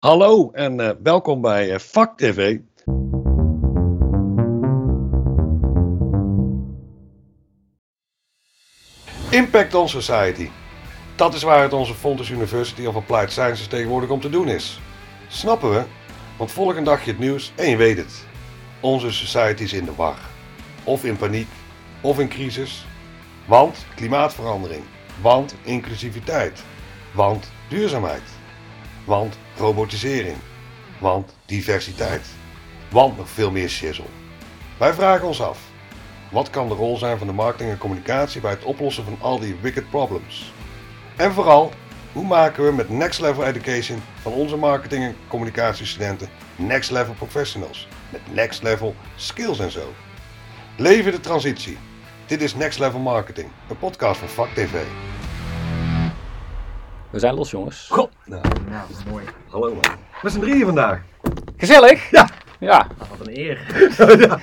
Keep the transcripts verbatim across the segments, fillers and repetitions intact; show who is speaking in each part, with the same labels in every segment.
Speaker 1: Hallo en uh, welkom bij uh, Vak T V. Impact on Society. Dat is waar het onze Fontys University of Applied Sciences tegenwoordig om te doen is. Snappen we? Want volg een dagje het nieuws en je weet het. Onze society is in de war. Of in paniek, of in crisis. Want klimaatverandering. Want inclusiviteit. Want duurzaamheid. Want robotisering. Want diversiteit. Want nog veel meer shizzle. Wij vragen ons af. Wat kan de rol zijn van de marketing en communicatie bij het oplossen van al die wicked problems? En vooral, hoe maken we met Next Level Education van onze marketing en communicatiestudenten Next Level Professionals? Met Next Level Skills en zo. Leven de transitie. Dit is Next Level Marketing, een podcast van Vak T V.
Speaker 2: We zijn los, jongens.
Speaker 1: God, nou,
Speaker 3: Nou, dat is mooi.
Speaker 1: hallo man. Met z'n drieën vandaag.
Speaker 2: Gezellig?
Speaker 1: Ja.
Speaker 2: Ja.
Speaker 3: Nou, wat een eer.
Speaker 1: ja.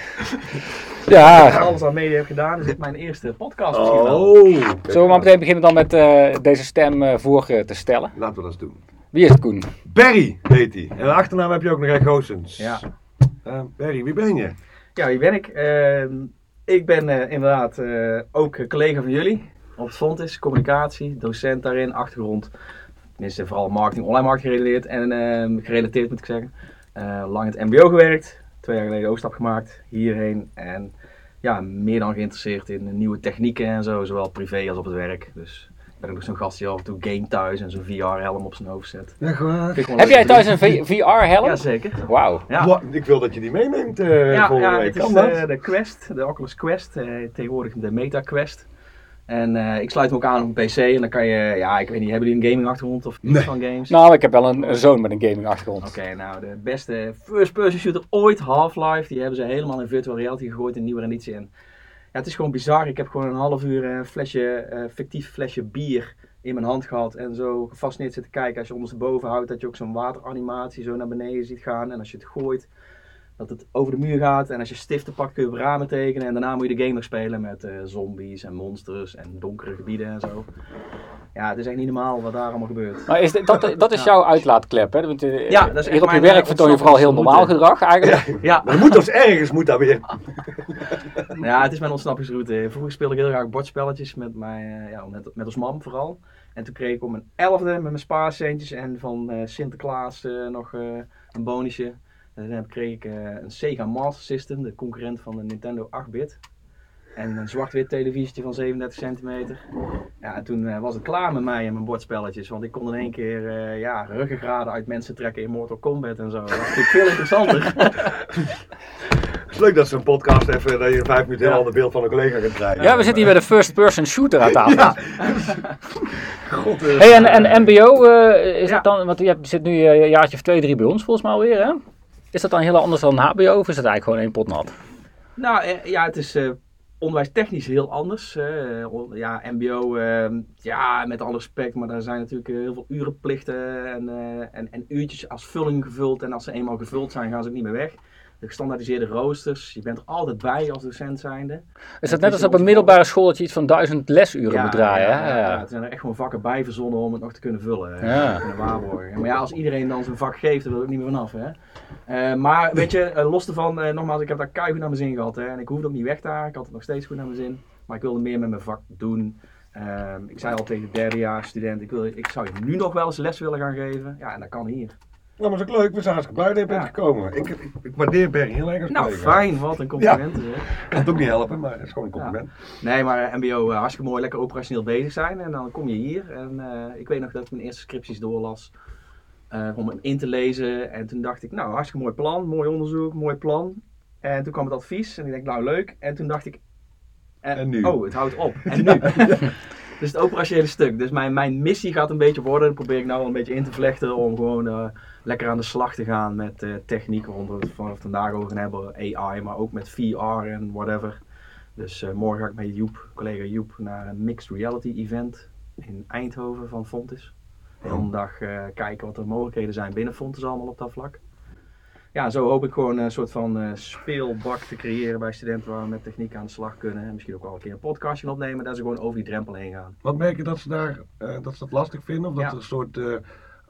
Speaker 2: Ja.
Speaker 3: Als ik alles aan mee heb gedaan, is dit mijn eerste podcast misschien wel.
Speaker 1: Oh.
Speaker 2: Zullen we maar meteen beginnen dan met uh, deze stem uh, voor uh, te stellen?
Speaker 1: Laten we dat eens doen.
Speaker 2: Wie is het, Koen?
Speaker 1: Barry heet hij. En de achternaam heb je ook nog echt Goossens.
Speaker 3: Ja.
Speaker 1: Uh, Barry, wie ben je?
Speaker 3: Ja, wie ben ik? Uh, ik ben uh, inderdaad uh, ook collega van jullie op het Fontys, communicatie, docent daarin, achtergrond. Tenminste, vooral marketing, online marketing gerelateerd en uh, gerelateerd moet ik zeggen. Uh, lang in het mbo gewerkt, twee jaar geleden overstap gemaakt, hierheen. En ja, meer dan geïnteresseerd in nieuwe technieken en zo, zowel privé als op het werk. Dus ik ben ook nog zo'n gast die af en toe game thuis en zo'n V R-helm op zijn hoofd zet.
Speaker 1: Ja, gewoon.
Speaker 2: Heb jij thuis een v- V R-helm?
Speaker 3: Jazeker.
Speaker 2: Wauw.
Speaker 3: Ja.
Speaker 1: Wat? Ik wil dat je die meeneemt uh,
Speaker 3: Ja,
Speaker 1: volgende
Speaker 3: ja
Speaker 1: week.
Speaker 3: het
Speaker 1: Kan
Speaker 3: is
Speaker 1: dat?
Speaker 3: uh, de Quest, de Oculus Quest, uh, tegenwoordig de Meta Quest. En uh, ik sluit me ook aan op een P C en dan kan je, ja ik weet niet, hebben jullie een gaming achtergrond of iets
Speaker 1: Nee.
Speaker 3: van games?
Speaker 2: Nou, ik heb wel een, een zoon met een gaming achtergrond.
Speaker 3: Oké, okay, nou de beste first person shooter ooit, Half-Life, die hebben ze helemaal in virtual reality gegooid in een nieuwe editie. En ja, het is gewoon bizar, ik heb gewoon een half uur een flesje, uh, fictief flesje bier in mijn hand gehad en zo gefascineerd zitten kijken. Als je ondersteboven houdt, dat je ook zo'n wateranimatie zo naar beneden ziet gaan en als je het gooit, dat het over de muur gaat en als je stiften pakt kun je op ramen tekenen en daarna moet je de game nog spelen met uh, zombies en monsters en donkere gebieden en zo. Ja, het is echt niet normaal wat daar allemaal gebeurt.
Speaker 2: Maar is dit, dat, dat is
Speaker 3: Ja.
Speaker 2: jouw uitlaatklep, hè? Want, uh,
Speaker 3: Ja, dat is
Speaker 2: hier
Speaker 3: echt
Speaker 2: op je
Speaker 3: mijn,
Speaker 2: werk
Speaker 3: uh,
Speaker 2: vertoon je vooral heel normaal
Speaker 3: ontsnappingsroute.
Speaker 2: gedrag eigenlijk.
Speaker 3: Ja,
Speaker 1: Maar er moet dus ergens moet dat weer.
Speaker 3: ja, het is mijn ontsnappingsroute. Vroeger speelde ik heel graag bordspelletjes met, mijn, uh, ja, met, met ons mam vooral. En toen kreeg ik om mijn elfde met mijn spaarcentjes en van uh, Sinterklaas uh, nog uh, een bonusje. En dan kreeg ik uh, een Sega Master System, de concurrent van de Nintendo acht bit. En een zwart-wit televisietje van zevenendertig centimeter. Ja, en toen uh, was het klaar met mij en mijn bordspelletjes. Want ik kon in één keer uh, ja, ruggengraden uit mensen trekken in Mortal Kombat en zo. Dat was natuurlijk veel interessanter.
Speaker 1: Het is leuk dat zo'n podcast even dat je in vijf minuten een
Speaker 3: Ja.
Speaker 1: heel ander beeld van een collega kan krijgen.
Speaker 2: Ja, we zitten hier bij de first person shooter aan tafel.
Speaker 1: Ja. God, uh,
Speaker 2: Hey, en, en mbo, uh, is
Speaker 3: Ja.
Speaker 2: dat dan, want je hebt- zit nu uh, een jaartje of twee, drie bij ons volgens mij alweer, hè? Is dat dan heel anders dan hbo of is dat eigenlijk gewoon één pot nat?
Speaker 3: Nou uh, ja, het is uh, onderwijstechnisch heel anders. Uh, on- ja, mbo, uh, ja, met alle respect, maar daar zijn natuurlijk uh, heel veel urenplichten en, uh, en, en uurtjes als vulling gevuld. En als ze eenmaal gevuld zijn, gaan ze ook niet meer weg. De gestandaardiseerde roosters, je bent er altijd bij als docent zijnde.
Speaker 2: Is dat net als op een middelbare school dat je iets van duizend lesuren moet draaien,
Speaker 3: ja,
Speaker 2: hè?
Speaker 3: ja,
Speaker 2: Ja.
Speaker 3: ja, er zijn er echt gewoon vakken bij verzonnen om het nog te kunnen vullen,
Speaker 2: Ja.
Speaker 3: ja. te kunnen waarborgen. Maar ja, als iedereen dan zijn vak geeft, dan wil ik niet meer vanaf. Hè. Uh, maar weet je, uh, los ervan, uh, nogmaals, ik heb daar keihard naar mijn zin gehad. Hè, en ik hoefde ook niet weg daar, ik had het nog steeds goed naar mijn zin. Maar ik wilde meer met mijn vak doen. Uh, ik zei al tegen de derdejaars student, ik, wil, ik zou je nu nog wel eens les willen gaan geven. Ja, en dat kan hier.
Speaker 1: Nou, maar is ook leuk. We zijn hartstikke blij dat je bent
Speaker 3: Ja.
Speaker 1: gekomen. Ik, ik, ik waardeer Barry heel erg als
Speaker 3: Nou,
Speaker 1: collega.
Speaker 3: fijn, wat een compliment. Hè.
Speaker 1: Ik kan het ook niet helpen, maar het is gewoon een compliment.
Speaker 3: Nee, maar uh, mbo, uh, hartstikke mooi, lekker operationeel bezig zijn. En dan kom je hier. En uh, ik weet nog dat ik mijn eerste scripties doorlas. Uh, om hem in te lezen. En toen dacht ik, nou, hartstikke mooi plan, mooi onderzoek, mooi plan. En toen kwam het advies. En ik denk, nou, leuk. En toen dacht ik, uh,
Speaker 1: En nu?
Speaker 3: oh, het houdt op. En nu? Dus het operationele stuk. Dus mijn, mijn missie gaat een beetje worden. Dat probeer ik nou wel een beetje in te vlechten. Om gewoon uh, lekker aan de slag te gaan met uh, techniek. Rond we het vanaf vandaag over gaan hebben. A I, maar ook met V R en whatever. Dus uh, morgen ga ik met Joep, collega Joep, naar een mixed reality event in Eindhoven van Fontys. De hele dag uh, kijken wat er mogelijkheden zijn binnen Fontys allemaal op dat vlak. Ja, zo hoop ik gewoon een soort van uh, speelbak te creëren bij studenten waar we met techniek aan de slag kunnen. En misschien ook wel een keer een podcastje gaan opnemen, dat ze gewoon over die drempel heen gaan.
Speaker 1: Wat merk je dat ze daar uh, dat ze dat lastig vinden? Of dat
Speaker 3: Ja.
Speaker 1: er een soort uh,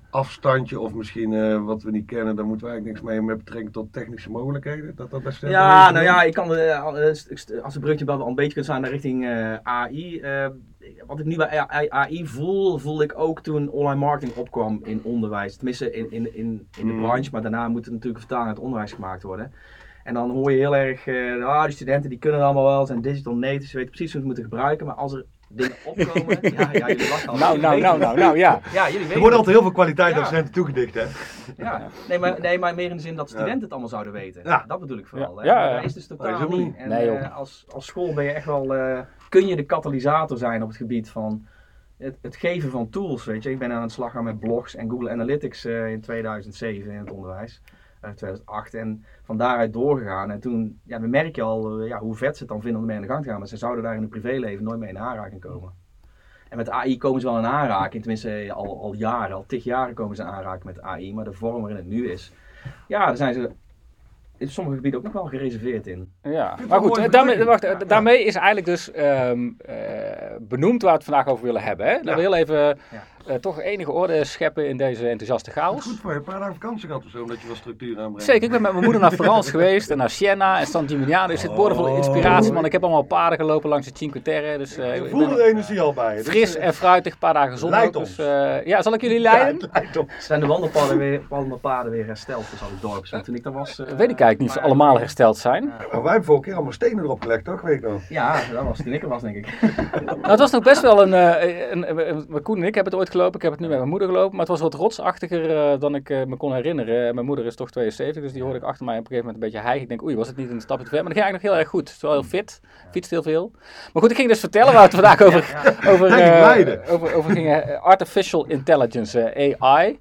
Speaker 1: afstandje of misschien uh, wat we niet kennen, daar moeten we eigenlijk niks mee met betrekking tot technische mogelijkheden? Dat dat best
Speaker 3: ja, nou ja, ik kan uh, als een brugje wel een beetje kunnen staan naar richting uh, A I. Uh, wat ik nu bij A I voel, voelde ik ook toen online marketing opkwam in onderwijs. Tenminste in, in, in, in de mm. branche, maar daarna moet het natuurlijk vertaling uit het onderwijs gemaakt worden. En dan hoor je heel erg, uh, ah, die studenten die kunnen het allemaal wel, zijn digital natives, ze weten precies hoe ze het moeten gebruiken, maar als er dingen opkomen, ja, ja, jullie lachen al.
Speaker 2: Nou, nou, nou, nou, nou, ja.
Speaker 3: ja jullie weten
Speaker 1: er wordt altijd heel veel kwaliteit aan ja. studenten toegedicht, hè?
Speaker 3: Ja, nee maar, nee, maar meer in de zin dat studenten ja. het allemaal zouden weten. Ja. Dat bedoel ik vooral.
Speaker 2: Ja.
Speaker 3: Hè?
Speaker 2: Ja, ja.
Speaker 3: Dat is dus totaal
Speaker 2: nee,
Speaker 3: niet. En
Speaker 2: nee,
Speaker 3: uh, als, als school ben je echt wel, uh, kun je de katalysator zijn op het gebied van het, het geven van tools, weet je. Ik ben aan het slag gaan met blogs en Google Analytics uh, in tweeduizend zeven in het onderwijs. Uh, tweeduizend acht en van daaruit doorgegaan. En toen ja, dan merk je al uh, ja, hoe vet ze het dan vinden om ermee aan de gang te gaan. Maar ze zouden daar in hun privéleven nooit mee in aanraking komen. En met A I komen ze wel in aanraking, tenminste al, al jaren, al tig jaren komen ze in aanraking met A I. Maar de vorm waarin het nu is, ja, daar zijn ze in sommige gebieden ook nog wel gereserveerd in.
Speaker 2: Ja, maar goed, daarmee, wacht, daarmee is eigenlijk dus um, uh, benoemd waar we het vandaag over willen hebben. Hè? Dat ja. we heel even ja. uh, toch enige orde scheppen in deze enthousiaste chaos.
Speaker 1: Goed voor je, een paar dagen vakantie gehad of zo, omdat je wat structuur aanbrengt.
Speaker 2: Zeker, ik ben met mijn moeder naar Florence geweest en naar Siena en San Gimignano. Dus het boordevol inspiratie, man. Ik heb allemaal paden gelopen langs de Cinque Terre. Dus, uh,
Speaker 1: ik voel de energie al bij je.
Speaker 2: Fris en fruitig, een paar dagen zon. Ook, dus, uh, ja, zal ik jullie leiden?
Speaker 3: Ja, zijn de wandelpaden weer, wandelpaden weer hersteld voor al die dorpen? Toen ik daar was... Uh,
Speaker 2: Weet ik eigenlijk niet, ze allemaal hersteld zijn.
Speaker 1: Ja, maar wij hebben vorige keer allemaal stenen erop gelegd, toch? Weet ik nog.
Speaker 3: Ja, dat was toen ik er was, denk ik.
Speaker 2: Nou, het was nog best wel een, uh, een, een, een... Koen en ik hebben het ooit gelopen, ik heb het nu met mijn moeder gelopen, maar het was wat rotsachtiger uh, dan ik uh, me kon herinneren. Mijn moeder is toch tweeënzeventig, dus die hoorde ik achter mij op een gegeven moment een beetje hijgen. Ik denk, oei, was het niet een stapje te ver? Maar dat ging eigenlijk nog heel erg goed. Het is wel heel fit, fietst heel veel. Maar goed, ik ging dus vertellen waar we het vandaag over, ja, ja. over, uh, over, over gingen. Artificial Intelligence, uh, A I.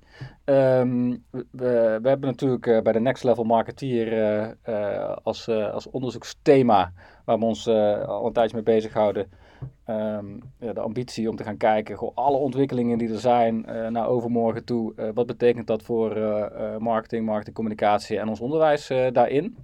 Speaker 2: Um, we, we hebben natuurlijk uh, bij de Next Level Marketeer uh, uh, als, uh, als onderzoeksthema, waar we ons uh, al een tijdje mee bezighouden, um, ja, de ambitie om te gaan kijken, goh, alle ontwikkelingen die er zijn uh, naar overmorgen toe, uh, wat betekent dat voor uh, uh, marketing, marketingcommunicatie en ons onderwijs uh, daarin.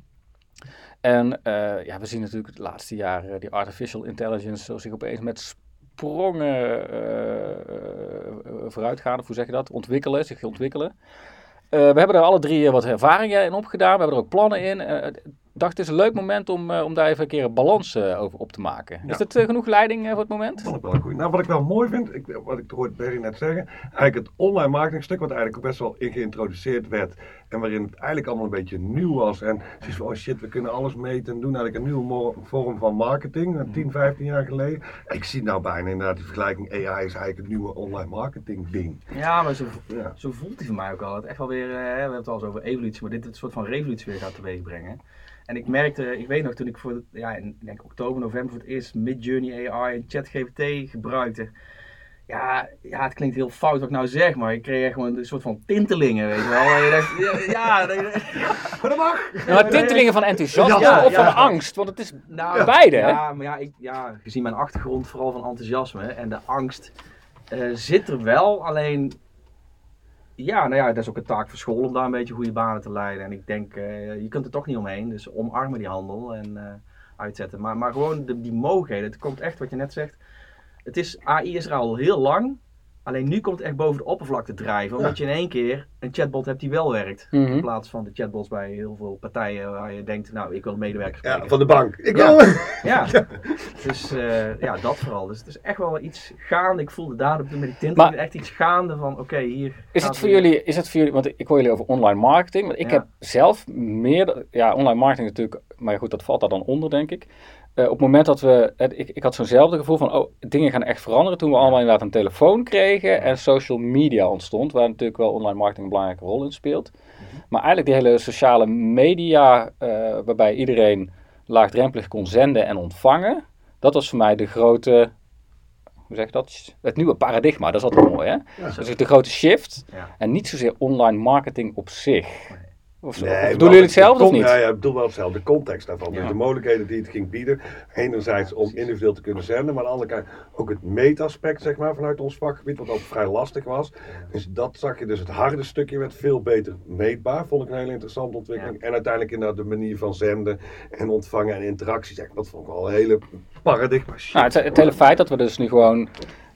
Speaker 2: En uh, ja, we zien natuurlijk de laatste jaren uh, die artificial intelligence zo zich opeens met sprongen uh, uh, vooruitgaan, of hoe zeg je dat, ontwikkelen, zich ontwikkelen. Uh, we hebben er alle drie wat ervaringen in opgedaan, we hebben er ook plannen in. Uh, Ik dacht, het is een leuk moment om, uh, om daar even een keer een balans uh, over op te maken. Ja. Is dat uh, genoeg leiding uh, voor het moment?
Speaker 1: Dat vond ik wel goed. Nou, wat ik wel mooi vind, ik, wat ik hoorde Barry net zeggen, eigenlijk het online marketingstuk, wat eigenlijk ook best wel in geïntroduceerd werd en waarin het eigenlijk allemaal een beetje nieuw was. En zoiets van, oh shit, we kunnen alles meten en doen eigenlijk een nieuwe vorm van marketing, tien, vijftien jaar geleden. Ik zie nou bijna inderdaad die vergelijking, A I is eigenlijk het nieuwe online marketing ding.
Speaker 3: Ja, maar zo, ja. zo voelt hij voor mij ook al. Het echt wel weer, uh, we hebben het al eens over evolutie, maar dit het soort van revolutie weer gaat teweeg brengen. En ik merkte, ik weet nog, toen ik voor, ja, in ik denk oktober, november voor het eerst Midjourney A I en ChatGPT gebruikte. Ja, ja, het klinkt heel fout wat ik nou zeg, maar ik kreeg echt gewoon een soort van tintelingen, weet je wel. En je dacht, ja, ja,
Speaker 1: maar dat mag.
Speaker 2: Ja, maar tintelingen van enthousiasme ja, of ja, van ja. angst, want het is
Speaker 3: nou,
Speaker 2: beide.
Speaker 3: Ja, maar ja, ik, ja, gezien mijn achtergrond vooral van enthousiasme en de angst uh, zit er wel, alleen... Ja, nou ja, dat is ook een taak voor school om daar een beetje goede banen te leiden. En ik denk, uh, je kunt er toch niet omheen. Dus omarmen die handel en uh, uitzetten. Maar, maar gewoon de, die mogelijkheden. Het komt echt, wat je net zegt. Het is, A I is er al heel lang. Alleen nu komt het echt boven de oppervlakte drijven. Omdat ja. je in één keer een chatbot hebt die wel werkt. Mm-hmm. In plaats van de chatbots bij heel veel partijen waar je denkt, nou, ik wil medewerkers spreken.
Speaker 1: Ja, van de bank. Ik
Speaker 3: ja.
Speaker 1: wil...
Speaker 3: ja. ja. Dus uh, ja, dat vooral. Dus het is echt wel iets gaande. Ik voelde daar met die tinten maar, echt iets gaande van, oké, okay, hier...
Speaker 2: Is het, voor jullie, is het voor jullie, want ik hoor jullie over online marketing. Maar ik ja. heb zelf meer, ja, online marketing natuurlijk, maar goed, dat valt daar dan onder, denk ik. Uh, op het moment dat we, het, ik, ik had zo'nzelfde gevoel van, oh, dingen gaan echt veranderen toen we allemaal inderdaad een telefoon kregen en social media ontstond, waar natuurlijk wel online marketing een belangrijke rol in speelt. Mm-hmm. Maar eigenlijk die hele sociale media, uh, waarbij iedereen laagdrempelig kon zenden en ontvangen, dat was voor mij de grote, hoe zeg je dat, het nieuwe paradigma, dat is altijd mooi, hè? Ja, dus de grote shift ja. en niet zozeer online marketing op zich. Of zo. Nee, doen jullie hetzelfde of niet?
Speaker 1: Ja, ja, ik bedoel wel hetzelfde. De context daarvan. Ja. Dus de mogelijkheden die het ging bieden. Enerzijds om individueel te kunnen zenden, maar aan de andere kant ook het meetaspect, zeg maar, vanuit ons vakgebied, wat ook vrij lastig was. Dus dat zag je, dus het harde stukje werd veel beter meetbaar. Vond ik een hele interessante ontwikkeling. Ja. En uiteindelijk inderdaad de manier van zenden en ontvangen en interacties. Dat vond ik wel een hele paradigma.
Speaker 2: Nou, het, het hele feit dat we dus nu gewoon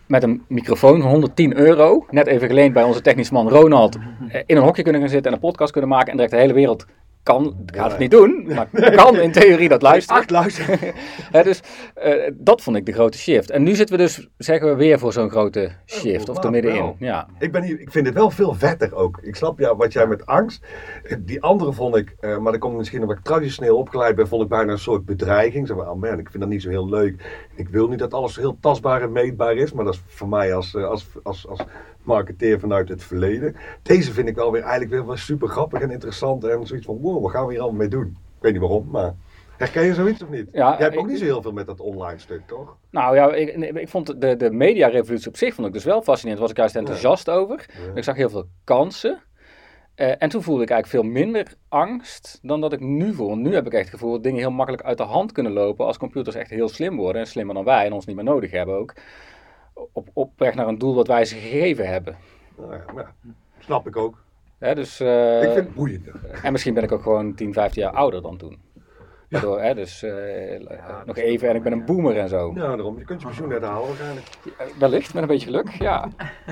Speaker 2: met een microfoon van honderdtien euro, net even geleend bij onze technisch man Ronald, uh, in een hokje kunnen gaan zitten en een podcast kunnen maken en direct de hele wereld kan, gaat het niet doen, maar kan in theorie dat luisteren.
Speaker 1: Acht luisteren.
Speaker 2: He, dus uh, dat vond ik de grote shift. En nu zitten we dus, zeggen we, weer voor zo'n grote shift, of er middenin. Ja.
Speaker 1: Ik, ben hier, ik vind het wel veel vetter ook. Ik snap ja, wat jij met angst, die andere vond ik, uh, maar dat komt misschien omdat ik traditioneel opgeleid ben, vond ik bijna een soort bedreiging. Zeg maar, oh man, ik vind dat niet zo heel leuk. Ik wil niet dat alles heel tastbaar en meetbaar is, maar dat is voor mij als, als, als, als marketeer vanuit het verleden. Deze vind ik wel weer eigenlijk weer wel super grappig en interessant en zoiets van wow, wat gaan we hier allemaal mee doen? Ik weet niet waarom, maar herken je zoiets of niet?
Speaker 2: Ja,
Speaker 1: Jij hebt ook
Speaker 2: ik,
Speaker 1: niet zo heel veel met dat online stuk, toch?
Speaker 2: Nou ja, ik, ik vond de, de mediarevolutie op zich vond ik dus wel fascinerend. Daar was ik juist enthousiast ja. over. Ja. Ik zag heel veel kansen. Uh, en toen voelde ik eigenlijk veel minder angst dan dat ik nu voel. Nu heb ik echt het gevoel dat dingen heel makkelijk uit de hand kunnen lopen als computers echt heel slim worden. En slimmer dan wij en ons niet meer nodig hebben ook. Op, op weg naar een doel wat wij ze gegeven hebben.
Speaker 1: Nou ja, ja, snap ik ook.
Speaker 2: Ja, dus, uh,
Speaker 1: ik vind het boeiender.
Speaker 2: En misschien ben ik ook gewoon tien, vijftien jaar ouder dan toen. Ja. Waardoor, hè, dus uh, ja, nog even en ik ben een boomer en zo.
Speaker 1: Ja, daarom. Je kunt je pensioen net halen waarschijnlijk.
Speaker 2: Ja, wellicht, met een beetje geluk, ja.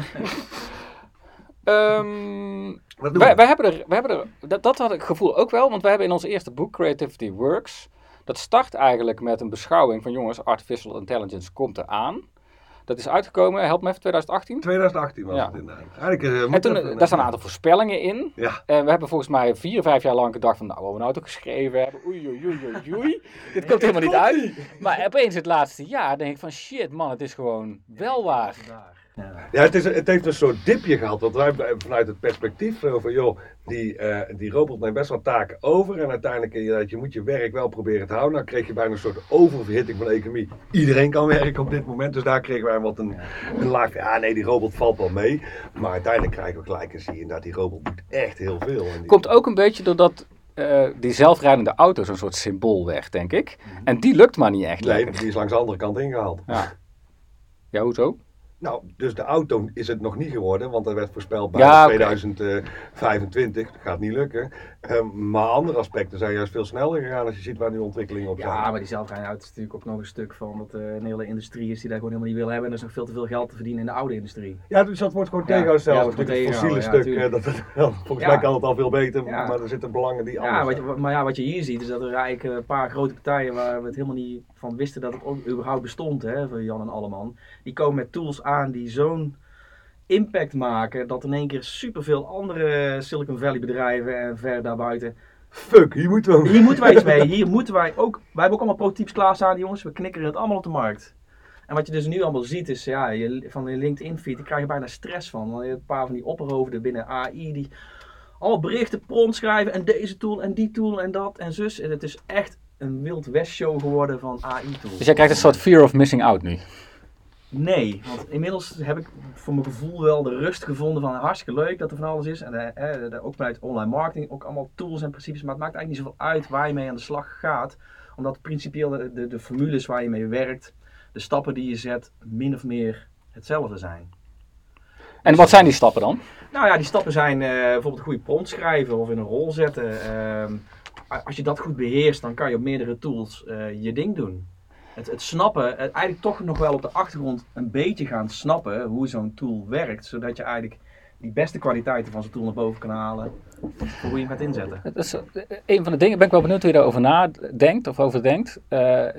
Speaker 2: um, wij, wij hebben er, wij hebben er dat, dat had ik gevoel ook wel, want wij hebben in ons eerste boek, Creativity Works, dat start eigenlijk met een beschouwing van jongens, Artificial Intelligence komt eraan. Dat is uitgekomen, help me even, twintig achttien?
Speaker 1: twintig achttien was ja. het inderdaad. Eigenlijk, uh,
Speaker 2: en toen, even, daar staan een aantal voorspellingen in.
Speaker 1: Ja.
Speaker 2: En we hebben volgens mij vier, vijf jaar lang gedacht van, nou, wat we nou toch geschreven hebben. Oei, oei, oei, oei, oei. Dit komt helemaal niet uit. Maar opeens het laatste jaar denk ik van, shit man, het is gewoon wel waar.
Speaker 1: Ja, ja het, is, het heeft een soort dipje gehad, want wij vanuit het perspectief van joh, die, uh, die robot neemt best wel taken over en uiteindelijk je, je moet je werk wel proberen te houden. Nou kreeg je bijna een soort oververhitting van de economie. Iedereen kan werken op dit moment, dus daar kregen wij wat een, een laag van, ja nee die robot valt wel mee, maar uiteindelijk krijgen we gelijk en zie je inderdaad die robot doet echt heel veel. En die...
Speaker 2: Komt ook een beetje doordat uh, die zelfrijdende auto zo'n soort symbool werd, denk ik. Mm-hmm. En die lukt maar niet echt.
Speaker 1: Nee, die is langs de andere kant ingehaald.
Speaker 2: Ja, ja hoezo?
Speaker 1: Nou, dus de auto is het nog niet geworden, want er werd voorspeld bij
Speaker 2: ja,
Speaker 1: tweeduizend vijfentwintig. Dat gaat niet lukken. Uh, maar andere aspecten zijn juist veel sneller gegaan als je ziet waar die ontwikkelingen op zijn.
Speaker 3: Ja, maar die zelfrijdende auto is natuurlijk ook nog een stuk van dat er een hele industrie is die daar gewoon helemaal niet wil hebben. En er is nog veel te veel geld te verdienen in de oude industrie.
Speaker 1: Ja, dus dat wordt gewoon ja, tegenhouden. Het ja, fossiele
Speaker 3: ja,
Speaker 1: stuk, ja, dat, dat, volgens ja. mij kan het al veel beter, ja. maar er zitten belangen die anders
Speaker 3: ja, wat je, maar ja, wat je hier ziet is dat er eigenlijk een paar grote partijen waar we het helemaal niet van wisten dat het ook überhaupt bestond, hè, voor Jan en Alleman. Die komen met tools aan die zo'n impact maken dat in één keer superveel andere Silicon Valley bedrijven en ver daarbuiten.
Speaker 1: Fuck, hier moeten we
Speaker 3: Hier moeten wij iets mee. Hier moeten wij ook. Wij hebben ook allemaal prototypes klaarstaan, jongens. We knikkeren het allemaal op de markt. En wat je dus nu allemaal ziet is, ja, je, van de LinkedIn feed, daar krijg je bijna stress van. Want je hebt een paar van die opperhoofden binnen A I die allemaal berichten prompt schrijven en deze tool en die tool en dat en zus. En het is echt een Wild West show geworden van A I tools.
Speaker 2: Dus jij krijgt een soort fear of missing out nu?
Speaker 3: Nee, want inmiddels heb ik voor mijn gevoel wel de rust gevonden van hartstikke leuk dat er van alles is. En eh, eh, ook vanuit online marketing ook allemaal tools en principes. Maar het maakt eigenlijk niet zoveel uit waar je mee aan de slag gaat. Omdat principieel de, de, de formules waar je mee werkt, de stappen die je zet, min of meer hetzelfde zijn.
Speaker 2: En dus, wat zijn die stappen dan?
Speaker 3: Nou ja, die stappen zijn uh, bijvoorbeeld een goede prompt schrijven of in een rol zetten. Uh, als je dat goed beheerst, dan kan je op meerdere tools uh, je ding doen. Het, het snappen, het eigenlijk toch nog wel op de achtergrond een beetje gaan snappen hoe zo'n tool werkt. Zodat je eigenlijk die beste kwaliteiten van zo'n tool naar boven kan halen voor hoe je hem gaat inzetten.
Speaker 2: Dat is een van de dingen, ben ik wel benieuwd hoe je daarover nadenkt of over denkt. Uh,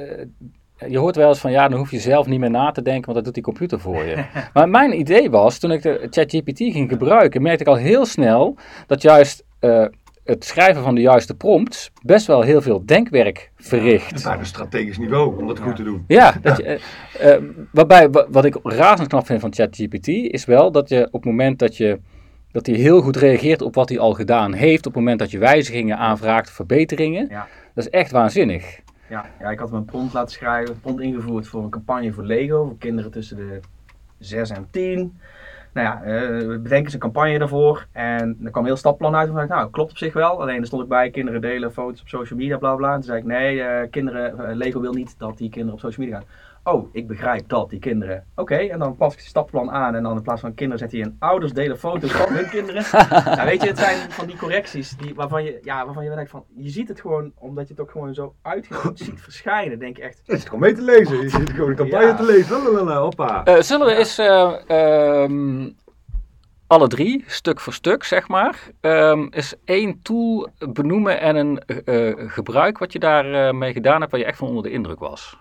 Speaker 2: je hoort wel eens van ja, dan hoef je zelf niet meer na te denken, want dat doet die computer voor je. Maar mijn idee was, toen ik de ChatGPT ging gebruiken, merkte ik al heel snel dat juist Uh, het schrijven van de juiste prompts best wel heel veel denkwerk verricht.
Speaker 1: Ja, een strategisch niveau om dat goed te doen.
Speaker 2: Ja, dat je, uh, uh, waarbij wat ik razendknap vind van ChatGPT is wel dat je op het moment dat je dat hij heel goed reageert op wat hij al gedaan heeft, op het moment dat je wijzigingen aanvraagt, verbeteringen, ja. Dat is echt waanzinnig.
Speaker 3: Ja, ja, ik had hem een prompt laten schrijven, een prompt ingevoerd voor een campagne voor Lego, voor kinderen tussen de zes en tien. Nou ja, uh, we bedenken een campagne daarvoor en er kwam een heel stappenplan uit. En toen dacht ik, nou, klopt op zich wel. Alleen er stond ik bij, kinderen delen foto's op social media, bla bla. En toen zei ik, nee, uh, kinderen, uh, Lego wil niet dat die kinderen op social media gaan. oh, ik begrijp dat, die kinderen. Oké, okay, en dan pas ik het stappenplan aan en dan in plaats van kinderen zet hij in ouders delen foto's van hun kinderen. Nou, weet je, het zijn van die correcties die, waarvan je, ja, waarvan je denkt van, je ziet het gewoon, omdat je het ook gewoon zo uitgevoerd ziet verschijnen, denk je echt.
Speaker 1: Je zit gewoon mee te lezen, je zit gewoon een campagne ja. te lezen, lalalala, hoppa.
Speaker 2: Uh, zullen we ja. eens uh, um, alle drie, stuk voor stuk zeg maar, um, eens één tool benoemen en een uh, gebruik wat je daarmee uh, mee gedaan hebt, waar je echt van onder de indruk was?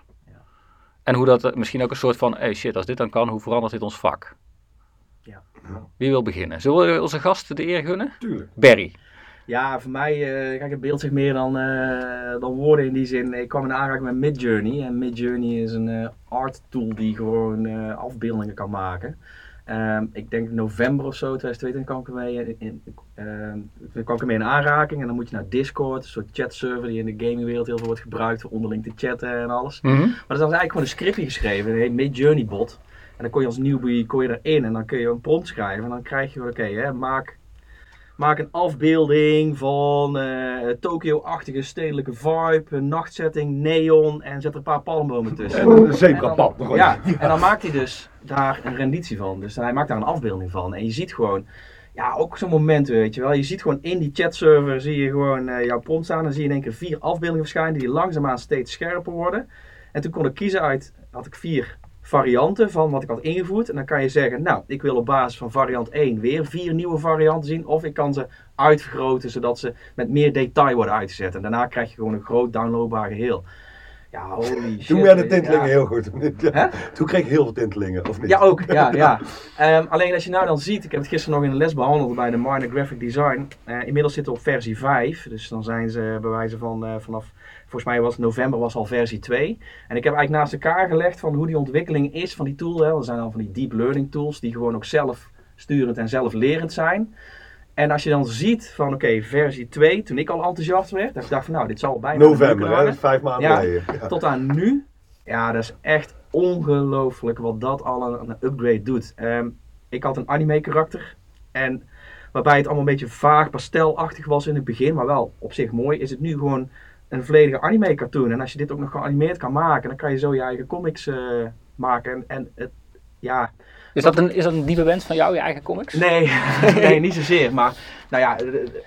Speaker 2: En hoe dat misschien ook een soort van, hey shit, als dit dan kan, hoe verandert dit ons vak?
Speaker 3: Ja.
Speaker 2: Wie wil beginnen? Zullen we onze gasten de eer gunnen?
Speaker 1: Tuurlijk.
Speaker 2: Barry.
Speaker 3: Ja, voor mij, uh, kijk, het beeld zegt meer dan, uh, dan woorden in die zin. Ik kwam in aanraking met Midjourney. En Midjourney is een uh, art tool die gewoon uh, afbeeldingen kan maken. Um, ik denk november of zo, tweeduizend tweeëntwintig kwam ik ermee in, in, uh, kwam ik ermee in aanraking. En dan moet je naar Discord, een soort chatserver die in de gamingwereld heel veel wordt gebruikt voor onderling te chatten en alles. Mm-hmm. Maar er was eigenlijk gewoon een scriptje geschreven, een heet Midjourney bot. En dan kon je als newbie kon je erin en dan kun je een prompt schrijven. En dan krijg je, oké, okay, maak, maak een afbeelding van uh, Tokyo-achtige stedelijke vibe, een nachtsetting, neon en zet er een paar palmbomen tussen.
Speaker 1: En een zeepkapap.
Speaker 3: Ja, en dan maakt hij dus daar een renditie van. Dus hij maakt daar een afbeelding van. En je ziet gewoon, ja, ook zo'n moment, weet je wel. Je ziet gewoon in die chatserver, zie je gewoon uh, jouw prompt staan. Dan zie je in één keer vier afbeeldingen verschijnen die langzaamaan steeds scherper worden. En toen kon ik kiezen uit, had ik vier varianten van wat ik had ingevoerd. En dan kan je zeggen, nou, ik wil op basis van variant één weer vier nieuwe varianten zien. Of ik kan ze uitvergroten, zodat ze met meer detail worden uitgezet. En daarna krijg je gewoon een groot downloadbaar geheel. Ja, holy shit.
Speaker 1: Toen werden de tintelingen
Speaker 3: ja.
Speaker 1: heel goed. Ja. Toen kreeg ik heel veel tintelingen, of niet?
Speaker 3: Ja, ook. Ja, ja. Um, alleen als je nou dan ziet, ik heb het gisteren nog in de les behandeld bij de Minor Graphic Design. Uh, inmiddels zitten we op versie vijf. Dus dan zijn ze bij wijze van uh, vanaf, volgens mij was november was al versie twee. En ik heb eigenlijk naast elkaar gelegd van hoe die ontwikkeling is van die tool. Hè. Er zijn al van die deep learning tools die gewoon ook zelfsturend en zelflerend zijn. En als je dan ziet van oké, okay, versie twee, toen ik al enthousiast werd, dat ik dacht van nou, dit zal bijna
Speaker 1: november, hè, vijf maanden
Speaker 3: ja,
Speaker 1: geleden. Ja.
Speaker 3: Tot aan nu, ja, dat is echt ongelooflijk wat dat al een, een upgrade doet. Um, ik had een anime karakter en waarbij het allemaal een beetje vaag pastelachtig was in het begin, maar wel op zich mooi, is het nu gewoon een volledige anime cartoon. En als je dit ook nog geanimeerd kan maken, dan kan je zo je eigen comics uh, maken en, en het, ja...
Speaker 2: Is dat, een, is dat een diepe wens van jou, je eigen comics?
Speaker 3: Nee, nee, niet zozeer. Maar nou ja,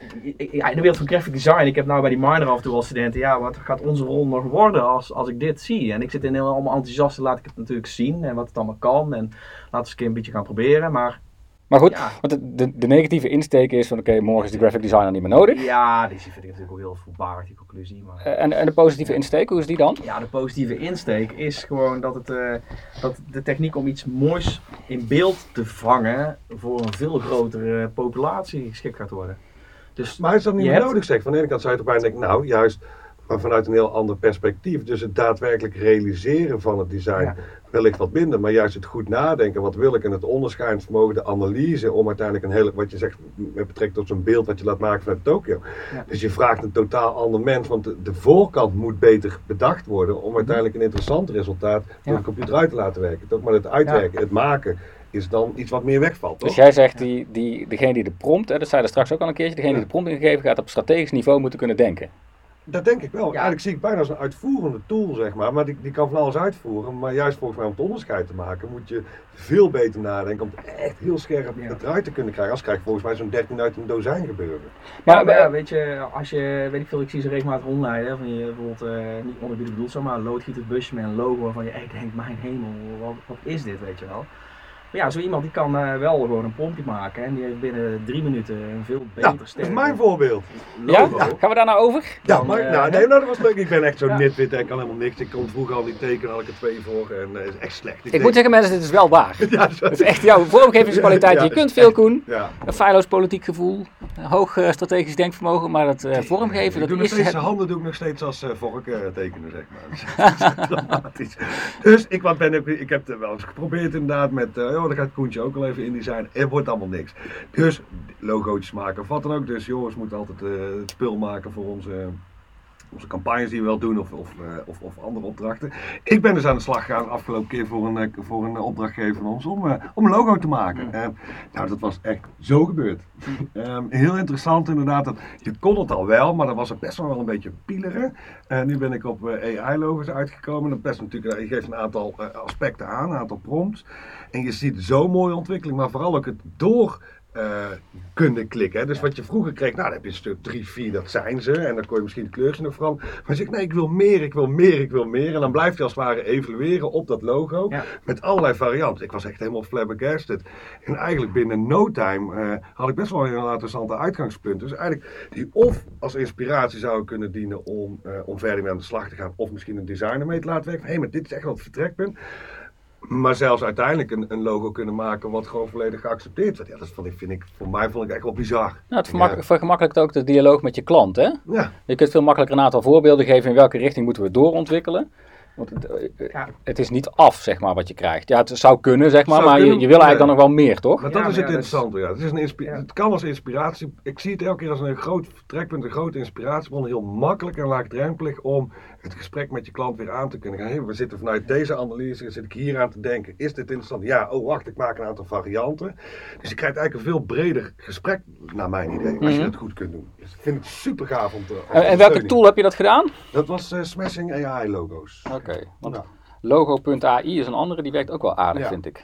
Speaker 3: in de wereld van graphic design, ik heb nou bij die minor af en toe als studenten, ja, wat gaat onze rol nog worden als, als ik dit zie? En ik zit in heel allemaal enthousiast, laat ik het natuurlijk zien en wat het allemaal kan. En laten we eens een keer een beetje gaan proberen, maar...
Speaker 2: Maar goed,
Speaker 3: ja.
Speaker 2: want de, de, de negatieve insteek is van oké, okay, morgen is de graphic designer niet meer nodig.
Speaker 3: Ja, die vind ik natuurlijk ook heel voorbarig, die conclusie. Maar...
Speaker 2: Uh, en, en de positieve insteek, hoe is die dan?
Speaker 3: Ja, de positieve insteek is gewoon dat, het, uh, dat de techniek om iets moois in beeld te vangen voor een veel grotere populatie geschikt gaat worden. Dus
Speaker 1: maar is dat niet meer
Speaker 3: hebt...
Speaker 1: nodig, zeg? Van de ene kant zou je toch bijna denken, nou juist, maar vanuit een heel ander perspectief. Dus het daadwerkelijk realiseren van het design ja. wellicht wat minder, maar juist het goed nadenken, wat wil ik en het onderscheidingsvermogen, de analyse om uiteindelijk een hele, wat je zegt met betrekking tot zo'n beeld wat je laat maken vanuit Tokyo. Ja. Dus je vraagt een totaal ander mens, want de, de voorkant moet beter bedacht worden om uiteindelijk een interessant resultaat door ja. de computer uit te laten werken. Toch maar het uitwerken, ja. het maken is dan iets wat meer wegvalt, toch?
Speaker 2: Dus jij zegt, die, die, degene die de prompt, hè, dat zei je straks ook al een keertje, degene die de prompt ingegeven gaat op strategisch niveau moeten kunnen denken.
Speaker 1: Dat denk ik wel.
Speaker 3: Ja.
Speaker 1: Eigenlijk zie ik bijna als een uitvoerende tool, zeg maar. Maar die, die kan van alles uitvoeren. Maar juist volgens mij om het onderscheid te maken, moet je veel beter nadenken om het echt heel scherp ja. eruit te kunnen krijgen. Als krijg je volgens mij zo'n dertien uit een dozijn gebeuren.
Speaker 3: Maar, ja, maar ja, weet je, als je, weet ik veel, ik zie ze regelmatig rondleiden, van je bijvoorbeeld, uh, niet onderbieden bedoeld zo, maar een loodgieter busje met een logo waarvan je echt denkt, mijn hemel, wat, wat is dit, weet je wel. Maar ja, zo iemand die kan uh, wel gewoon een promptje maken en die heeft binnen drie minuten een veel beter
Speaker 1: ja,
Speaker 3: sterk.
Speaker 1: Dat is mijn voorbeeld.
Speaker 2: Ja? ja? Gaan we daar nou over?
Speaker 1: Ja,
Speaker 3: Dan,
Speaker 1: maar
Speaker 3: uh,
Speaker 1: nou, nee, nou, dat was leuk. Ik ben echt zo
Speaker 3: ja.
Speaker 1: nitwit en ik kan helemaal niks. Ik kon vroeger al niet tekenen, had ik er twee voor en dat uh, is echt slecht. Ik,
Speaker 2: ik
Speaker 1: denk...
Speaker 2: moet zeggen mensen, dit is wel waar.
Speaker 1: ja,
Speaker 2: dat is echt jouw vormgevingskwaliteit. Ja, ja, je kunt veel, Koen.
Speaker 1: Ja.
Speaker 2: Een feilloos politiek gevoel, een hoog uh, strategisch denkvermogen, maar dat uh, vormgeven,
Speaker 1: ik
Speaker 2: dat
Speaker 1: doe
Speaker 2: is...
Speaker 1: Nog steeds,
Speaker 2: het...
Speaker 1: handen doe ik nog steeds als uh, vork uh, tekenen, zeg maar. Dus, dus ik, wat ben, ik heb het wel eens geprobeerd inderdaad met, uh, oh, daar gaat Koentje ook al even in design. Er wordt allemaal niks. Dus logootjes maken of wat dan ook. Dus jongens moeten altijd uh, het spul maken voor onze, onze campagnes die we wel doen of, of, uh, of, of andere opdrachten. Ik ben dus aan de slag gegaan de afgelopen keer voor een, uh, voor een opdrachtgever van ons om, uh, om een logo te maken. Uh, nou, dat was echt zo gebeurd. Um, heel interessant inderdaad. Dat, je kon het al wel, maar dat was ook best wel een beetje pieleren. Uh, nu ben ik op uh, A I-logo's uitgekomen. Dat best natuurlijk, uh, je geeft een aantal uh, aspecten aan, een aantal prompts. En je ziet zo'n mooie ontwikkeling, maar vooral ook het door... Uh, kunnen klikken. Hè? Dus wat je vroeger kreeg, nou dan heb je een stuk drie, vier, dat zijn ze. En dan kon je misschien het kleurtje nog veranderen. Maar je zegt, nee, ik wil meer, ik wil meer, ik wil meer. En dan blijft je als het ware evalueren op dat logo. Ja. Met allerlei varianten. Ik was echt helemaal flabbergasted. En eigenlijk binnen no time uh, had ik best wel een heel interessante uitgangspunt. Dus eigenlijk die of als inspiratie zou kunnen dienen om, uh, om verder mee aan de slag te gaan. Of misschien een designer mee te laten werken. Hé, hey, maar dit is echt wel het vertrekpunt. Maar zelfs uiteindelijk een, een logo kunnen maken wat gewoon volledig geaccepteerd wordt. Ja, dat vond ik, vind ik, voor mij vond ik echt wel bizar.
Speaker 2: Nou, het vermak- ja. vergemakkelijkt ook de dialoog met je klant, hè?
Speaker 1: Ja.
Speaker 2: Je kunt veel makkelijker een aantal voorbeelden geven in welke richting moeten we doorontwikkelen. Want het, ja. het is niet af, zeg maar, wat je krijgt. Ja, het zou kunnen, zeg maar, zou maar kunnen, je, je wil eigenlijk ja. dan nog wel meer, toch?
Speaker 1: Maar dat
Speaker 2: ja,
Speaker 1: is het
Speaker 2: ja,
Speaker 1: interessante, ja. Het, is een inspi- ja. het kan als inspiratie. Ik zie het elke keer als een groot vertrekpunt, een grote inspiratiebron. Heel makkelijk en laagdrempelig om het gesprek met je klant weer aan te kunnen gaan. Hey, we zitten vanuit deze analyse, zit ik hier aan te denken. Is dit interessant? Ja, oh wacht, ik maak een aantal varianten. Dus je krijgt eigenlijk een veel breder gesprek, naar mijn idee, als mm-hmm. je dat goed kunt doen. Dus ik vind het super gaaf om te... Om
Speaker 2: en en welke tool heb je dat gedaan?
Speaker 1: Dat was uh, Smashing A I-logo's.
Speaker 2: Oké, okay, want... Ja. Logo punt A I is een andere, die werkt ook wel aardig, ja. vind ik.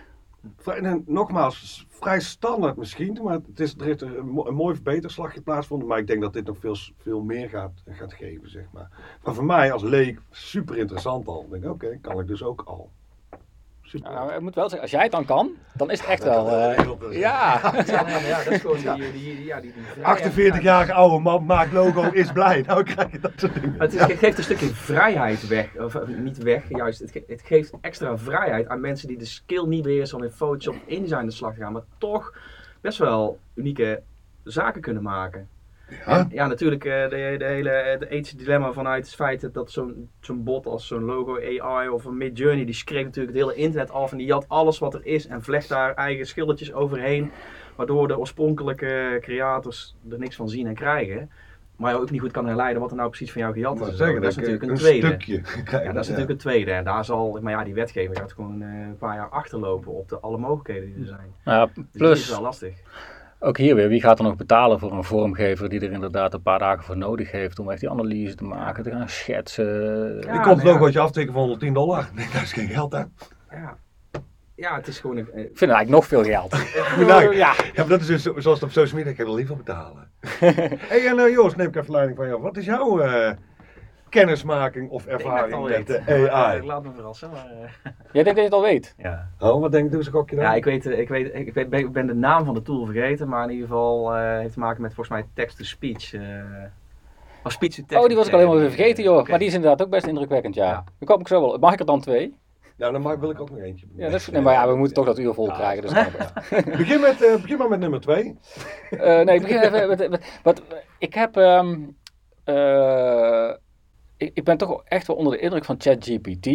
Speaker 1: En nogmaals, vrij standaard misschien, maar het is, er heeft een, mo- een mooi verbeterslagje plaatsgevonden. Maar ik denk dat dit nog veel, veel meer gaat, gaat geven, zeg maar. Maar voor mij als leek super interessant al. Ik denk, oké, okay, kan ik dus ook al.
Speaker 2: Super. Nou, ik moet wel zeggen, als jij het dan kan, dan is het echt wel... Uh,
Speaker 3: ja. Ja, ja, dat is gewoon die, die, die, ja, die, die
Speaker 1: achtenveertigjarige oude man maakt logo, is blij. Nou krijg je dat soort dingen.
Speaker 3: Het, het geeft een stukje vrijheid weg, of niet weg, juist. Het, ge- het geeft extra vrijheid aan mensen die de skill niet beheersen om in Photoshop InDesign aan de slag te gaan, maar toch best wel unieke zaken kunnen maken. Ja, en, ja natuurlijk uh, de, de hele de ethische dilemma vanuit het feit dat zo'n, zo'n bot als zo'n logo A I of een Midjourney, die schreef natuurlijk het hele internet af en die had alles wat er is en vlecht daar eigen schildertjes overheen, waardoor de oorspronkelijke creators er niks van zien en krijgen. Maar je ook niet goed kan herleiden wat er nou precies van jou gejat is.
Speaker 1: Zeggen,
Speaker 3: dat is natuurlijk een, een tweede. Stukje. Ja, dat is natuurlijk een tweede. En daar zal, maar ja, die wetgever gaat gewoon uh, een paar jaar achterlopen op de alle mogelijkheden die er zijn.
Speaker 2: Ja,
Speaker 3: dus
Speaker 2: plus,
Speaker 3: dat is wel lastig.
Speaker 2: Ook hier weer, wie gaat er nog betalen voor een vormgever die er inderdaad een paar dagen voor nodig heeft om echt die analyse te maken, te gaan schetsen.
Speaker 1: Ja, je komt het logootje ja. aftikken voor honderdtien dollar. Nee, dat is geen geld hè.
Speaker 3: Ja. Ja, het is gewoon een...
Speaker 2: Ik vind het eigenlijk nog veel geld.
Speaker 1: nou, ja. ja, maar dat is dus zoals het op social media, ik heb er liever betalen. Hey, en uh, Joost, neem ik even leiding van jou. Wat is jouw uh, kennismaking of ervaring met de A I?
Speaker 3: Laat me verrassen. Maar, uh...
Speaker 2: Jij denkt dat je het al weet?
Speaker 3: Ja.
Speaker 1: Oh, wat denk je, doe eens een gokje dan?
Speaker 3: Ja, ik weet, ik weet, ik weet, ik ben de naam van de tool vergeten, maar in ieder geval uh, heeft te maken met volgens mij text-to-speech. Uh, of speech-to-text.
Speaker 2: Oh, die was ik al helemaal weer vergeten joh. Okay. Maar die is inderdaad ook best indrukwekkend, ja. ja. Dan kom ik zo wel. Mag ik er dan twee?
Speaker 1: Nou, dan mag, wil ik ook nog eentje.
Speaker 2: Ja, dat is, nee, maar ja, we moeten toch dat uur vol ja, krijgen. Dus ja.
Speaker 1: begin, met, uh, begin maar met nummer twee.
Speaker 2: Uh, nee, ik begin even met, met wat ik heb. Um, uh, ik, ik ben toch echt wel onder de indruk van ChatGPT.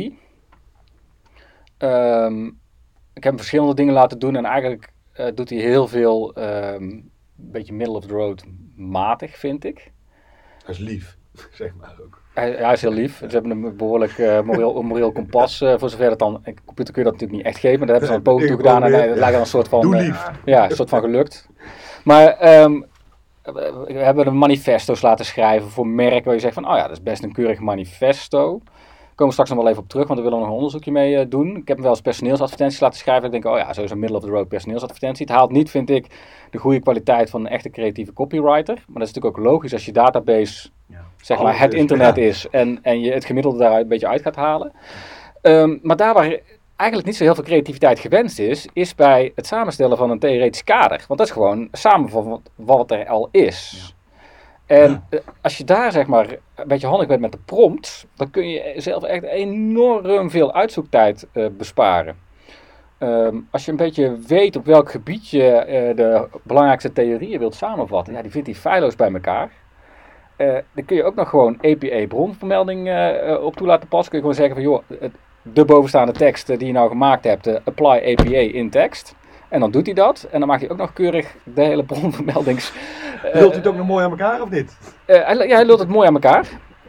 Speaker 2: Um, ik heb hem verschillende dingen laten doen en eigenlijk uh, doet hij heel veel, um, een beetje middle of the road matig, vind ik.
Speaker 1: Hij is lief, zeg maar ook.
Speaker 2: Hij, hij is heel lief. Ze hebben een behoorlijk uh, moreel, moreel kompas. Uh, voor zover dat dan. Een computer kun je dat natuurlijk niet echt geven. Maar daar hebben ze een poging toe gedaan. En dat lijkt dan een soort van.
Speaker 1: Doe lief.
Speaker 2: Uh, ja, een soort van gelukt. Maar um, we hebben een manifesto's laten schrijven voor merken. Waar je zegt van. Oh ja, dat is best een keurig manifesto. Daar komen we straks nog wel even op terug. Want we willen nog een onderzoekje mee uh, doen. Ik heb hem wel eens personeelsadvertenties laten schrijven. Ik denk, oh ja, zo is een middle of the road personeelsadvertentie. Het haalt niet, vind ik, de goede kwaliteit van een echte creatieve copywriter. Maar dat is natuurlijk ook logisch als je database. Ja. Zeg maar het internet is en, en je het gemiddelde daaruit een beetje uit gaat halen. Um, maar daar waar eigenlijk niet zo heel veel creativiteit gewenst is, is bij het samenstellen van een theoretisch kader. Want dat is gewoon samenvatten wat, wat er al is. Ja. En ja. als je daar zeg maar een beetje handig bent met de prompt, dan kun je zelf echt enorm veel uitzoektijd uh, besparen. Um, als je een beetje weet op welk gebied je uh, de belangrijkste theorieën wilt samenvatten, ja, die vindt die feilloos bij elkaar. Uh, dan kun je ook nog gewoon A P A bronvermelding uh, op toe laten passen. Kun je gewoon zeggen van joh, de bovenstaande tekst uh, die je nou gemaakt hebt, uh, apply A P A in tekst. En dan doet hij dat. En dan maakt hij ook nog keurig de hele bronvermeldings... Uh,
Speaker 1: lult hij het ook nog mooi aan elkaar of niet?
Speaker 2: Uh, hij, ja, hij lult het mooi aan elkaar.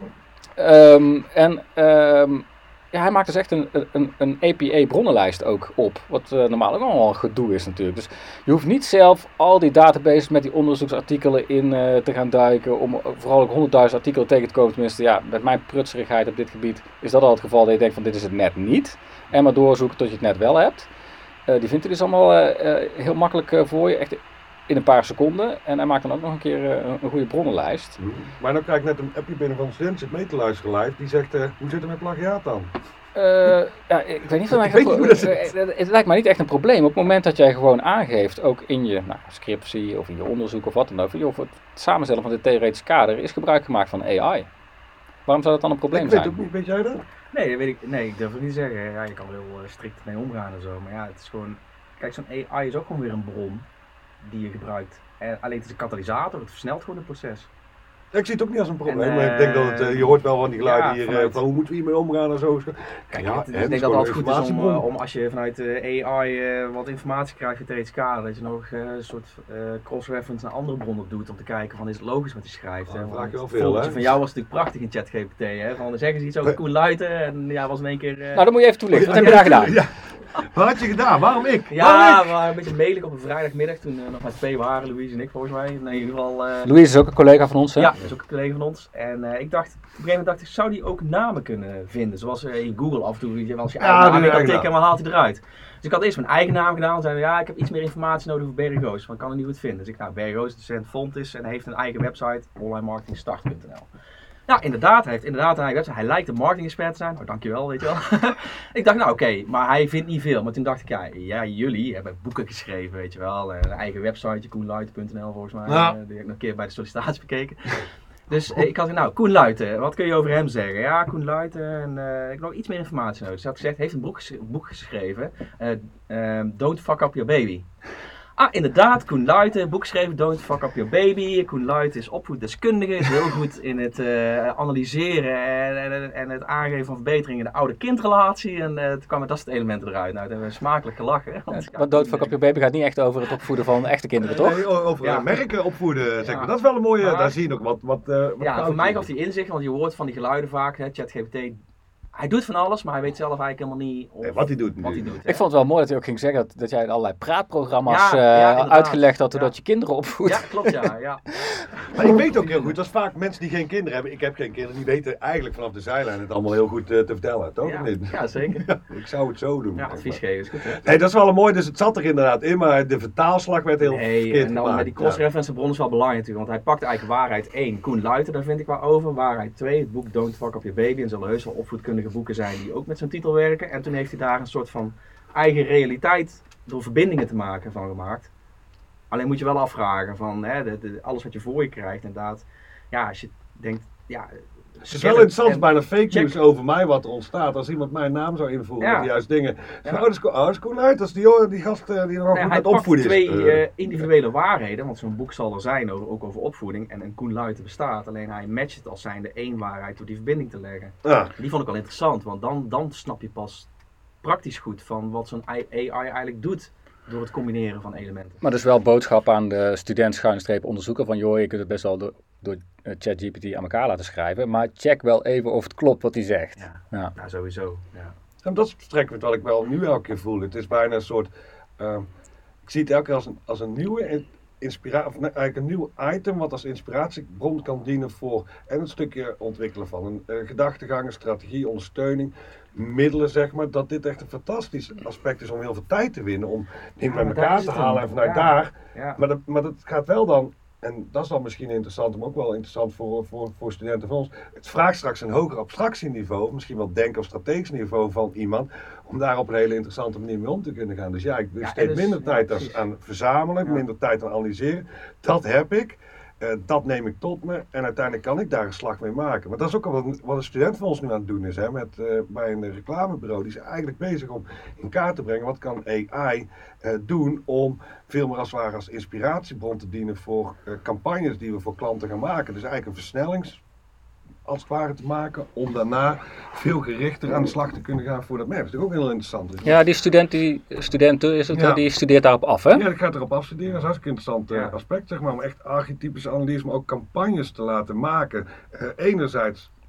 Speaker 2: Um, en um, ja, hij maakt dus echt een, een, een A P A-bronnenlijst ook op. Wat uh, normaal ook allemaal gedoe is natuurlijk. Dus je hoeft niet zelf al die databases met die onderzoeksartikelen in uh, te gaan duiken. Om vooral ook honderdduizend artikelen tegen te komen. Tenminste, ja, met mijn prutserigheid op dit gebied is dat al het geval. Dat je denkt van dit is het net niet. En maar doorzoeken tot je het net wel hebt. Uh, die vindt hij dus allemaal uh, uh, heel makkelijk uh, voor je. Echt in een paar seconden. En hij maakt dan ook nog een keer uh, een goede bronnenlijst.
Speaker 1: Mm. Maar dan krijg ik net een appje binnen van een student, zit mee te luisteren live. Die zegt, uh, hoe zit het met plagiaat dan?
Speaker 2: Uh, ja, ik weet niet of
Speaker 1: ik weet niet hoe dat zit.
Speaker 2: Uh, het lijkt mij niet echt een probleem. Op het moment dat jij gewoon aangeeft, ook in je nou, scriptie of in je onderzoek of wat dan ook. Of het samenstellen van dit theoretisch kader is gebruik gemaakt van A I. Waarom zou dat dan een probleem
Speaker 1: ik
Speaker 2: zijn?
Speaker 1: Ik weet ook niet, weet jij dat?
Speaker 3: Nee, dat weet ik, nee, ik durf het niet te zeggen. Ja, je kan er heel uh, strikt mee omgaan en zo. Maar ja, het is gewoon... Kijk, zo'n A I is ook gewoon weer een bron die je gebruikt. En alleen het is een katalysator, het versnelt gewoon het proces.
Speaker 1: Ja, ik zie het ook niet als een probleem,
Speaker 3: en, uh,
Speaker 1: maar ik denk dat het, uh, je hoort wel van die geluiden
Speaker 3: ja,
Speaker 1: hier,
Speaker 3: vanuit,
Speaker 1: uh, van hoe moeten we hiermee omgaan en zo.
Speaker 3: Kijk,
Speaker 1: ja,
Speaker 3: het,
Speaker 1: en
Speaker 3: ik denk
Speaker 1: het
Speaker 3: dat het altijd goed is om,
Speaker 1: informatiebron.
Speaker 3: uh, om als je vanuit uh, A I uh, wat informatie krijgt in theoretisch kader, dat je nog uh, een soort uh, cross-reference naar andere bronnen doet om te kijken van is het logisch wat hij schrijft.
Speaker 1: Oh,
Speaker 3: hè?
Speaker 1: dan vraag je wel
Speaker 3: Het
Speaker 1: veel,
Speaker 3: volgetje
Speaker 1: hè?
Speaker 3: van jou was natuurlijk prachtig in ChatGPT, hè? Van zeggen ze iets over Koen Luiten en ja, was in één keer... Uh,
Speaker 2: nou, dan moet je even toelichten. Wat heb je daar gedaan?
Speaker 1: Ja. Wat had je gedaan? Waarom ik?
Speaker 3: Ja,
Speaker 1: Waarom ik?
Speaker 3: we waren een beetje melig op een vrijdagmiddag toen uh, nog met twee waren, Louise en ik volgens mij. Nee, in ieder geval... Uh,
Speaker 2: Louise is ook een collega van ons, hè?
Speaker 3: Ja, dat is ook een collega van ons. En uh, ik dacht, op een gegeven moment dacht ik, zou die ook namen kunnen vinden? Zoals uh, in Google af en toe, je, als je eigen
Speaker 1: Ja,
Speaker 3: naam in kan
Speaker 1: eigen
Speaker 3: tikken,
Speaker 1: naam.
Speaker 3: maar haalt hij eruit. Dus ik had eerst mijn eigen naam gedaan en zeiden ja, ik heb iets meer informatie nodig over Barry Roos, want ik kan het niet goed vinden. Dus ik, nou, Barry Roos, docent Fontis en hij heeft een eigen website, onlinemarketingstart punt n l. Nou, inderdaad, hij heeft inderdaad een eigen website. Hij lijkt een marketing-expert te zijn. Oh, dankjewel, weet je wel. Ik dacht, nou oké, okay, maar hij vindt niet veel. Maar toen dacht ik, ja, ja jullie hebben boeken geschreven, weet je wel. Een eigen website, koen luiten punt n l volgens mij.
Speaker 1: Ja.
Speaker 3: Uh, die heb ik nog een keer bij de sollicitatie bekeken. Dus uh, ik had nou, Koen Luiten, wat kun je over hem zeggen? Ja, Koen Luiten, en uh, ik heb nog iets meer informatie nodig. Dus hij had gezegd, hij heeft een boek, ges boek geschreven, uh, uh, Don't Fuck Up Your Baby. Ah, inderdaad, Koen Luiten, boek geschreven, Don't Fuck Up Your Baby. Koen Luiten is opvoeddeskundige, is heel goed in het uh, analyseren en, en, en het aangeven van verbeteringen in de ouder-kindrelatie. En uh, toen kwamen dat soort elementen eruit. Nou, toen hebben we smakelijk gelachen. Want,
Speaker 2: ja, want Don't Fuck Up Your Baby gaat niet echt over het opvoeden van echte kinderen, toch?
Speaker 1: Nee, over
Speaker 3: ja.
Speaker 1: uh, merken opvoeden, zeg maar.
Speaker 3: Ja.
Speaker 1: Dat is wel een mooie,
Speaker 3: maar,
Speaker 1: daar zie je ook wat, wat, uh, wat
Speaker 3: ja, voor mij
Speaker 1: is.
Speaker 3: gaf hij inzicht, want je hoort van die geluiden vaak, hè, ChatGPT. Hij doet van alles, maar hij weet zelf eigenlijk helemaal niet of,
Speaker 1: nee, wat hij doet.
Speaker 3: Wat hij doet
Speaker 2: Ik vond het wel mooi dat hij ook ging zeggen dat, dat jij allerlei praatprogramma's
Speaker 3: Ja,
Speaker 2: uh,
Speaker 3: ja,
Speaker 2: uitgelegd had doordat
Speaker 3: ja.
Speaker 2: je kinderen opvoedt.
Speaker 3: Ja, klopt, ja. ja.
Speaker 1: Maar ik weet ook heel goed, dat is vaak mensen die geen kinderen hebben. Ik heb geen kinderen, die weten eigenlijk vanaf de zijlijn het allemaal heel goed uh, te vertellen, toch?
Speaker 3: Ja,
Speaker 1: Niet?
Speaker 3: ja, zeker.
Speaker 1: Ja, ik zou het zo doen.
Speaker 3: Ja, advies geven is goed, hè?
Speaker 1: Nee, dat is wel een mooi, dus het zat er inderdaad in, maar de vertaalslag werd heel
Speaker 3: Nee,
Speaker 1: verkeerd
Speaker 3: en dan
Speaker 1: gemaakt.
Speaker 3: met die cross-reference bron is wel belangrijk natuurlijk, want hij pakt eigenlijk waarheid één, Koen Luiten, daar vind ik wel over. Waarheid twee, het boek Don't Fuck Up Your Baby. En er zullen heus wel opvoedkundige boeken zijn die ook met zo'n titel werken. En toen heeft hij daar een soort van eigen realiteit door verbindingen te maken van gemaakt. Alleen moet je wel afvragen van hè, de, de, alles wat je voor je krijgt inderdaad. Ja, als je denkt, ja...
Speaker 1: Het is wel interessant,
Speaker 3: en,
Speaker 1: bijna fake
Speaker 3: check.
Speaker 1: news over mij wat er ontstaat. Als iemand mijn naam zou invoeren
Speaker 3: Ja.
Speaker 1: met die juist dingen.
Speaker 3: Ja.
Speaker 1: Oh, dat is cool, oh, dat is cool uit. Dat is die, oh, die gast uh, die er nog
Speaker 3: Nee,
Speaker 1: goed
Speaker 3: hij
Speaker 1: met
Speaker 3: pakt
Speaker 1: opvoeden is.
Speaker 3: twee
Speaker 1: Uh,
Speaker 3: uh, individuele waarheden, want zo'n boek zal er zijn, over, ook over opvoeding. En een Koen Luiten bestaat, alleen hij matcht het als zijnde één waarheid door die verbinding te leggen.
Speaker 1: ja.
Speaker 3: Die vond ik wel interessant, want dan, dan snap je pas praktisch goed van wat zo'n A I eigenlijk doet door het combineren van elementen.
Speaker 2: Maar dus wel boodschap aan de student schuinstreep onderzoeker van joh, je kunt het best wel door, door uh, ChatGPT aan elkaar laten schrijven, maar check wel even of het klopt wat hij zegt.
Speaker 3: Ja,
Speaker 2: Ja.
Speaker 3: nou sowieso. Ja.
Speaker 1: En dat is vertrekkend wat ik wel nu elke keer voel. Het is bijna een soort, uh, ik zie het elke keer als een, als een nieuwe inspiratie, of nee, eigenlijk een nieuw item wat als inspiratiebron kan dienen voor en een stukje ontwikkelen van een uh, gedachtegang, een strategie, ondersteuning, middelen zeg maar, dat dit echt een fantastisch aspect is om heel veel tijd te winnen, om dingen
Speaker 3: Ja,
Speaker 1: met
Speaker 3: maar daar
Speaker 1: elkaar
Speaker 3: is
Speaker 1: te
Speaker 3: het
Speaker 1: halen
Speaker 3: dan.
Speaker 1: en vanuit
Speaker 3: Ja.
Speaker 1: daar,
Speaker 3: Ja.
Speaker 1: maar dat, maar dat gaat wel dan, en dat is dan misschien interessant, maar ook wel interessant voor, voor, voor studenten van ons. Het vraagt straks een hoger abstractieniveau, misschien wel denk- of strategisch niveau van iemand, om daar op een hele interessante manier mee om te kunnen gaan. Dus ja, ik besteed
Speaker 3: dus-
Speaker 1: minder
Speaker 3: ja,
Speaker 1: tijd aan,
Speaker 3: precies.
Speaker 1: aan verzamelen,
Speaker 3: Ja.
Speaker 1: minder tijd aan analyseren. Dat heb ik. Uh, dat neem ik tot me en uiteindelijk kan ik daar een slag mee maken. Maar dat is ook al wat, wat een student van ons nu aan het doen is. Hè, met, uh, bij een reclamebureau. Die is eigenlijk bezig om in kaart te brengen wat kan A I uh, doen om veel meer als het ware als inspiratiebron te dienen voor uh, campagnes die we voor klanten gaan maken. Dus eigenlijk een versnellings als het ware te maken om daarna veel gerichter aan de slag te kunnen gaan voor dat merk. Dat is natuurlijk ook heel interessant. Dus
Speaker 2: Ja, die student, die studenten is het,
Speaker 1: Ja.
Speaker 2: die studeert daarop af, hè?
Speaker 1: ja, dat gaat erop afstuderen. Dat is een hartstikke interessant uh,
Speaker 3: Ja.
Speaker 1: aspect, zeg maar, om echt archetypische analyse, maar ook campagnes te laten maken. Uh, enerzijds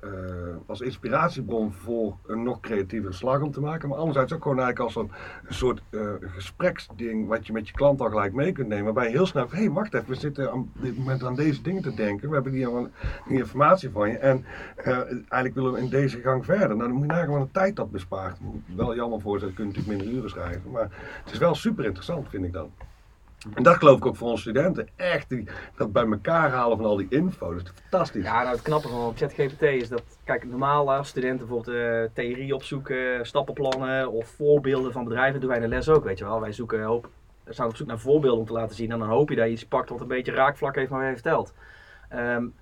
Speaker 1: uh, als inspiratiebron voor een nog creatievere slag om te maken. Maar anderzijds ook gewoon eigenlijk als een, een soort uh, gespreksding wat je met je klant al gelijk mee kunt nemen. Waarbij je heel snel, hé hey, wacht even, we zitten op dit moment aan deze dingen te denken. We hebben die, die informatie van je en uh, eigenlijk willen we in deze gang verder. Nou dan moet je nagaan wat de tijd dat bespaart. Wel jammer voor ze, dan kun je natuurlijk minder uren schrijven. Maar het is wel super interessant vind ik dan. En dat geloof ik ook voor onze studenten. Echt, die, dat bij elkaar halen van al die info. Dat is fantastisch.
Speaker 3: Ja, nou het knappe van ChatGPT is dat, kijk, normaal als studenten bijvoorbeeld uh, theorie opzoeken, stappenplannen of voorbeelden van bedrijven, doen wij in de les ook, weet je wel. Wij zoeken, hoop, staan op zoek naar voorbeelden om te laten zien en dan hoop je dat je iets pakt wat een beetje raakvlak heeft, maar wat je vertelt. Um,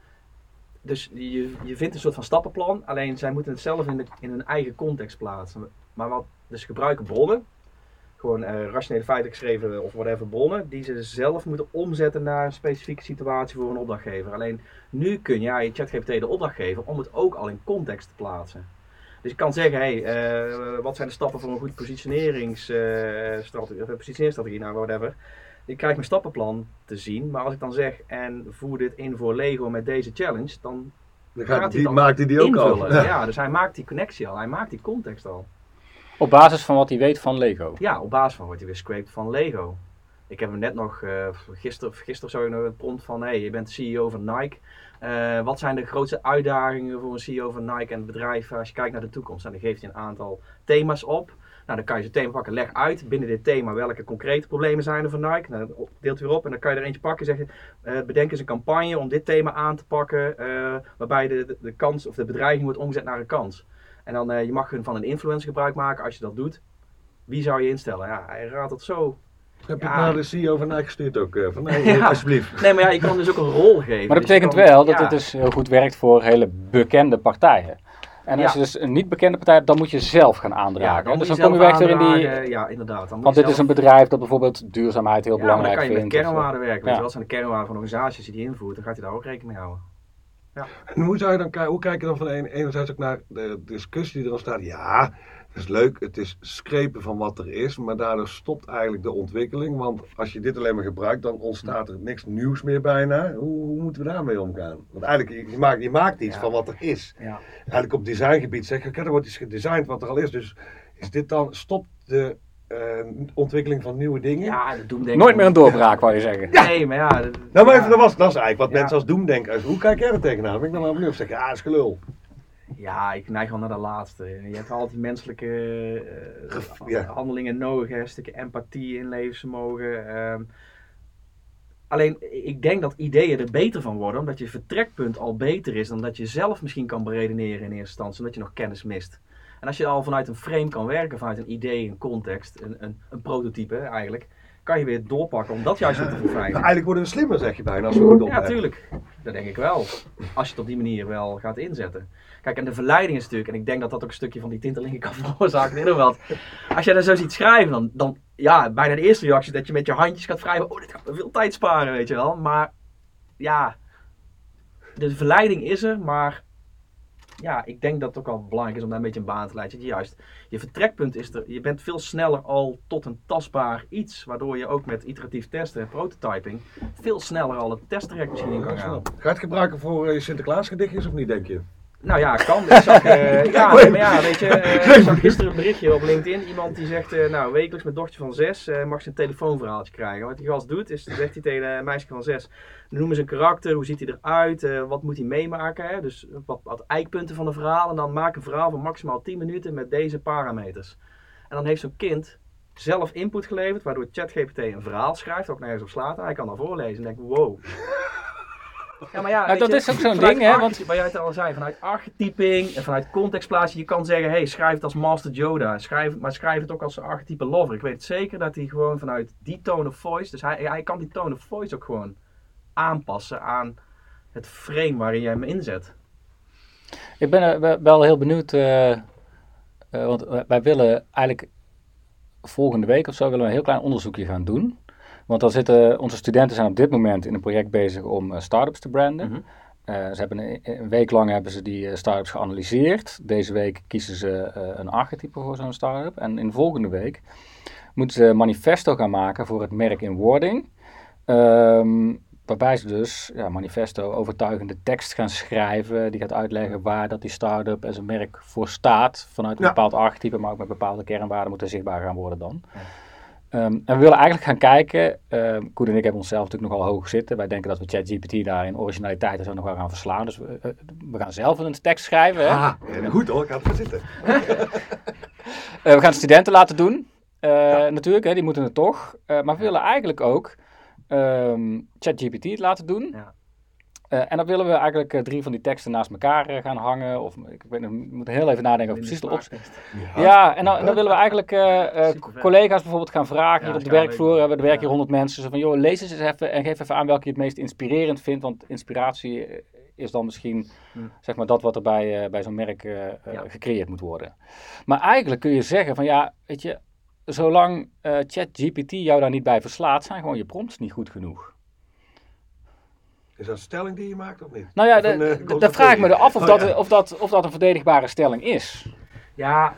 Speaker 3: dus je, je vindt een soort van stappenplan, alleen zij moeten het zelf in, de, in hun eigen context plaatsen. Maar wat, dus gebruiken bronnen. Gewoon uh, rationele feiten geschreven of whatever bronnen, die ze zelf moeten omzetten naar een specifieke situatie voor een opdrachtgever. Alleen nu kun jij je ChatGPT de opdracht geven om het ook al in context te plaatsen. Dus je kan zeggen, hey, uh, wat zijn de stappen voor een goed positioneringsstrategie, uh, positioneringsstrategie, nou whatever. Ik krijg mijn stappenplan te zien, maar als ik dan zeg en voer dit in voor Lego met deze challenge, dan,
Speaker 1: dan gaat
Speaker 3: gaat
Speaker 1: die,
Speaker 3: hij dan
Speaker 1: maakt hij die ook
Speaker 3: invullen.
Speaker 1: al. Ja.
Speaker 3: Ja, dus hij maakt die connectie al, hij maakt die context al.
Speaker 2: Op basis van wat hij weet van Lego.
Speaker 3: Ja, op basis van wordt hij weer scraped van Lego. Ik heb hem net nog, uh, gisteren, gisteren zag ik nog een prompt van, hey, je bent de C E O van Nike. Uh, wat zijn de grootste uitdagingen voor een C E O van Nike en het bedrijf als je kijkt naar de toekomst? En dan geeft hij een aantal thema's op. Nou, dan kan je zo'n thema pakken, leg uit binnen dit thema welke concrete problemen zijn er voor Nike. Nou, dan deelt hij weer op en dan kan je er eentje pakken en zeggen, uh, bedenk eens een campagne om dit thema aan te pakken, uh, waarbij de, de, de kans of de bedreiging wordt omgezet naar een kans. En dan, uh, je mag van een influencer gebruik maken als je dat doet. Wie zou je instellen? Ja, hij raadt het zo.
Speaker 1: Heb je
Speaker 3: ja.
Speaker 1: het naar de C E O van Nike gestuurd ook? Uh, van, nee,
Speaker 3: ja.
Speaker 1: alsjeblieft.
Speaker 3: Nee, maar ja, je kan dus ook een rol geven.
Speaker 2: Maar dat
Speaker 3: dus
Speaker 2: betekent
Speaker 3: kan,
Speaker 2: wel dat
Speaker 3: ja.
Speaker 2: het dus heel goed werkt voor hele bekende partijen. En als
Speaker 3: Ja.
Speaker 2: je dus een niet bekende partij hebt, dan moet je zelf gaan
Speaker 3: Ja,
Speaker 2: aandragen.
Speaker 3: dan
Speaker 2: dus
Speaker 3: moet
Speaker 2: dan
Speaker 3: je
Speaker 2: kom je
Speaker 3: zelf
Speaker 2: weg weer in die...
Speaker 3: aandragen. Ja, inderdaad. Dan moet
Speaker 2: Want
Speaker 3: je
Speaker 2: dit is
Speaker 3: zelf-
Speaker 2: een bedrijf dat bijvoorbeeld duurzaamheid heel
Speaker 3: ja, maar
Speaker 2: belangrijk
Speaker 3: dan kan je
Speaker 2: vindt.
Speaker 3: met
Speaker 2: of-
Speaker 3: kernwaarden werken. Weet
Speaker 2: Ja.
Speaker 3: je wel, als zijn de kernwaarden van organisaties die die invoert, dan gaat hij daar ook rekening mee houden.
Speaker 1: En hoe, zou je dan, hoe kijk je dan van de een, enerzijds ook naar de discussie die er dan staat? Ja, het is leuk, het is screpen van wat er is, maar daardoor stopt eigenlijk de ontwikkeling. Want als je dit alleen maar gebruikt, dan ontstaat er niks nieuws meer bijna. Hoe, hoe moeten we daarmee omgaan? Want eigenlijk, je, je, maakt, je maakt iets
Speaker 3: Ja.
Speaker 1: van wat er is.
Speaker 3: Ja.
Speaker 1: Eigenlijk op designgebied zeg je, oké, er wordt iets gedesigned wat er al is. Dus is dit dan, stopt de uh, ontwikkeling van nieuwe dingen?
Speaker 3: Ja, dat doen denk
Speaker 2: Nooit meer een doorbraak, wou je zeggen.
Speaker 3: Nee, maar ja. Dat,
Speaker 1: Nou, maar
Speaker 3: ja.
Speaker 1: even, dat, was, dat is eigenlijk wat
Speaker 3: Ja.
Speaker 1: mensen als doemdenkers. Hoe kijk jij er tegenaan? Ben ik dan wel benieuwd of zeg je, ja, dat is gelul.
Speaker 3: Ja, ik neig wel naar de laatste. Je hebt altijd menselijke uh,
Speaker 1: Gef- ja.
Speaker 3: handelingen nodig, hè. Een stukje empathie, inlevensvermogen. Um, alleen, ik denk dat ideeën er beter van worden, omdat je vertrekpunt al beter is dan dat je zelf misschien kan beredeneren in eerste instantie, omdat je nog kennis mist. En als je al vanuit een frame kan werken, vanuit een idee, een context, een, een, een prototype eigenlijk, kan je weer doorpakken om dat juist weer te
Speaker 1: Nou,
Speaker 3: verfijnen.
Speaker 1: eigenlijk worden we slimmer, zeg je bijna, als we goed op
Speaker 3: Ja, tuurlijk. Dat denk ik wel. Als je het op die manier wel gaat inzetten. Kijk, en de verleiding is natuurlijk, en ik denk dat dat ook een stukje van die tintelingen kan veroorzaken, in wat. Als je dat zo ziet schrijven, dan, dan, ja, bijna de eerste reactie dat je met je handjes gaat schrijven, oh, dit gaat me veel tijd sparen, weet je wel. Maar, ja, de verleiding is er, maar, ja, ik denk dat het ook wel belangrijk is om daar een beetje een baan te leiden. Dat je juist, je vertrekpunt is er, je bent veel sneller al tot een tastbaar iets, waardoor je ook met iteratief testen en prototyping veel sneller al het testtraject misschien in kan gaan.
Speaker 1: Ga je het gebruiken voor uh, je Sinterklaas gedichtjes of niet, denk je?
Speaker 3: Nou ja, kan. Ik zag, uh, ja, maar ja, weet je, uh, ik zag gisteren een berichtje op LinkedIn. Iemand die zegt, uh, nou, wekelijks mijn dochter van zes uh, mag ze een telefoonverhaaltje krijgen. Wat die gast doet, is, zegt hij tegen een meisje van zes, noem eens een karakter, hoe ziet hij eruit, uh, wat moet hij meemaken, hè? Dus wat, wat eikpunten van een verhaal. En dan maak een verhaal van maximaal tien minuten met deze parameters. En dan heeft zo'n kind zelf input geleverd, waardoor ChatGPT een verhaal schrijft, ook nergens op slaat. En hij kan dat voorlezen en denkt, wow. Ja, maar ja,
Speaker 2: Nou,
Speaker 3: weet
Speaker 2: dat
Speaker 3: je,
Speaker 2: is ook zo'n
Speaker 3: vanuit
Speaker 2: ding, hè,
Speaker 3: archety-
Speaker 2: want-
Speaker 3: Waar jij het al zei, vanuit archetyping en vanuit contextplaatsen, je kan zeggen, hey, schrijf het als Master Yoda, schrijf, maar schrijf het ook als archetype lover. Ik weet zeker dat hij gewoon vanuit die tone of voice, dus hij, hij kan die tone of voice ook gewoon aanpassen aan het frame waarin jij hem inzet.
Speaker 2: Ik ben er wel- wel heel benieuwd, eh, eh, want wij- wij willen eigenlijk volgende week of zo willen we een heel klein onderzoekje gaan doen. Want dan zitten, onze studenten zijn op dit moment in een project bezig om uh, start-ups te branden.
Speaker 3: Mhm.
Speaker 2: Uh, ze hebben een, een week lang hebben ze die uh, start-ups geanalyseerd. Deze week kiezen ze uh, een archetype voor zo'n start-up. En in de volgende week moeten ze een manifesto gaan maken voor het merk in wording. Um, Waarbij ze dus, ja, manifesto, overtuigende tekst gaan schrijven. Die gaat uitleggen waar dat die start-up en zijn merk voor staat. Vanuit een
Speaker 1: Ja.
Speaker 2: bepaald archetype, maar ook met bepaalde kernwaarden moeten zichtbaar gaan worden dan. Ja. Um, en we willen eigenlijk gaan kijken, uh, Koen en ik hebben onszelf natuurlijk nogal hoog zitten. Wij denken dat we ChatGPT daar in originaliteit en zo nog wel gaan verslaan. Dus we, uh, we gaan zelf een tekst schrijven. Hè?
Speaker 1: Ah, ja, goed hoor, ik ga ervoor zitten.
Speaker 2: uh, we gaan studenten laten doen. Uh, ja. Natuurlijk, hè, die moeten het toch. Uh, maar we willen eigenlijk ook um, ChatGPT het laten doen. Ja. Uh, en dan willen we eigenlijk uh, drie van die teksten naast elkaar uh, gaan hangen. Of ik weet nog, we moeten heel even nadenken over precies de opzet. Ja. ja, en dan, en dan willen we eigenlijk uh, uh, collega's bijvoorbeeld gaan vragen. Ja, hier op de werkvloer hebben we er werken hier honderd mensen. Zo van, joh, lees eens even en geef even aan welke je het meest inspirerend vindt. Want inspiratie is dan misschien hmm. zeg maar dat wat er bij, uh, bij zo'n merk uh, ja. gecreëerd moet worden. Maar eigenlijk kun je zeggen van ja, weet je, zolang uh, ChatGPT jou daar niet bij verslaat, zijn gewoon je prompts niet goed genoeg.
Speaker 1: Is dat een stelling die je maakt of niet?
Speaker 2: Nou ja, daar vraag ik me er af of, oh, dat, ja. of, dat, of dat een verdedigbare stelling is.
Speaker 3: Ja,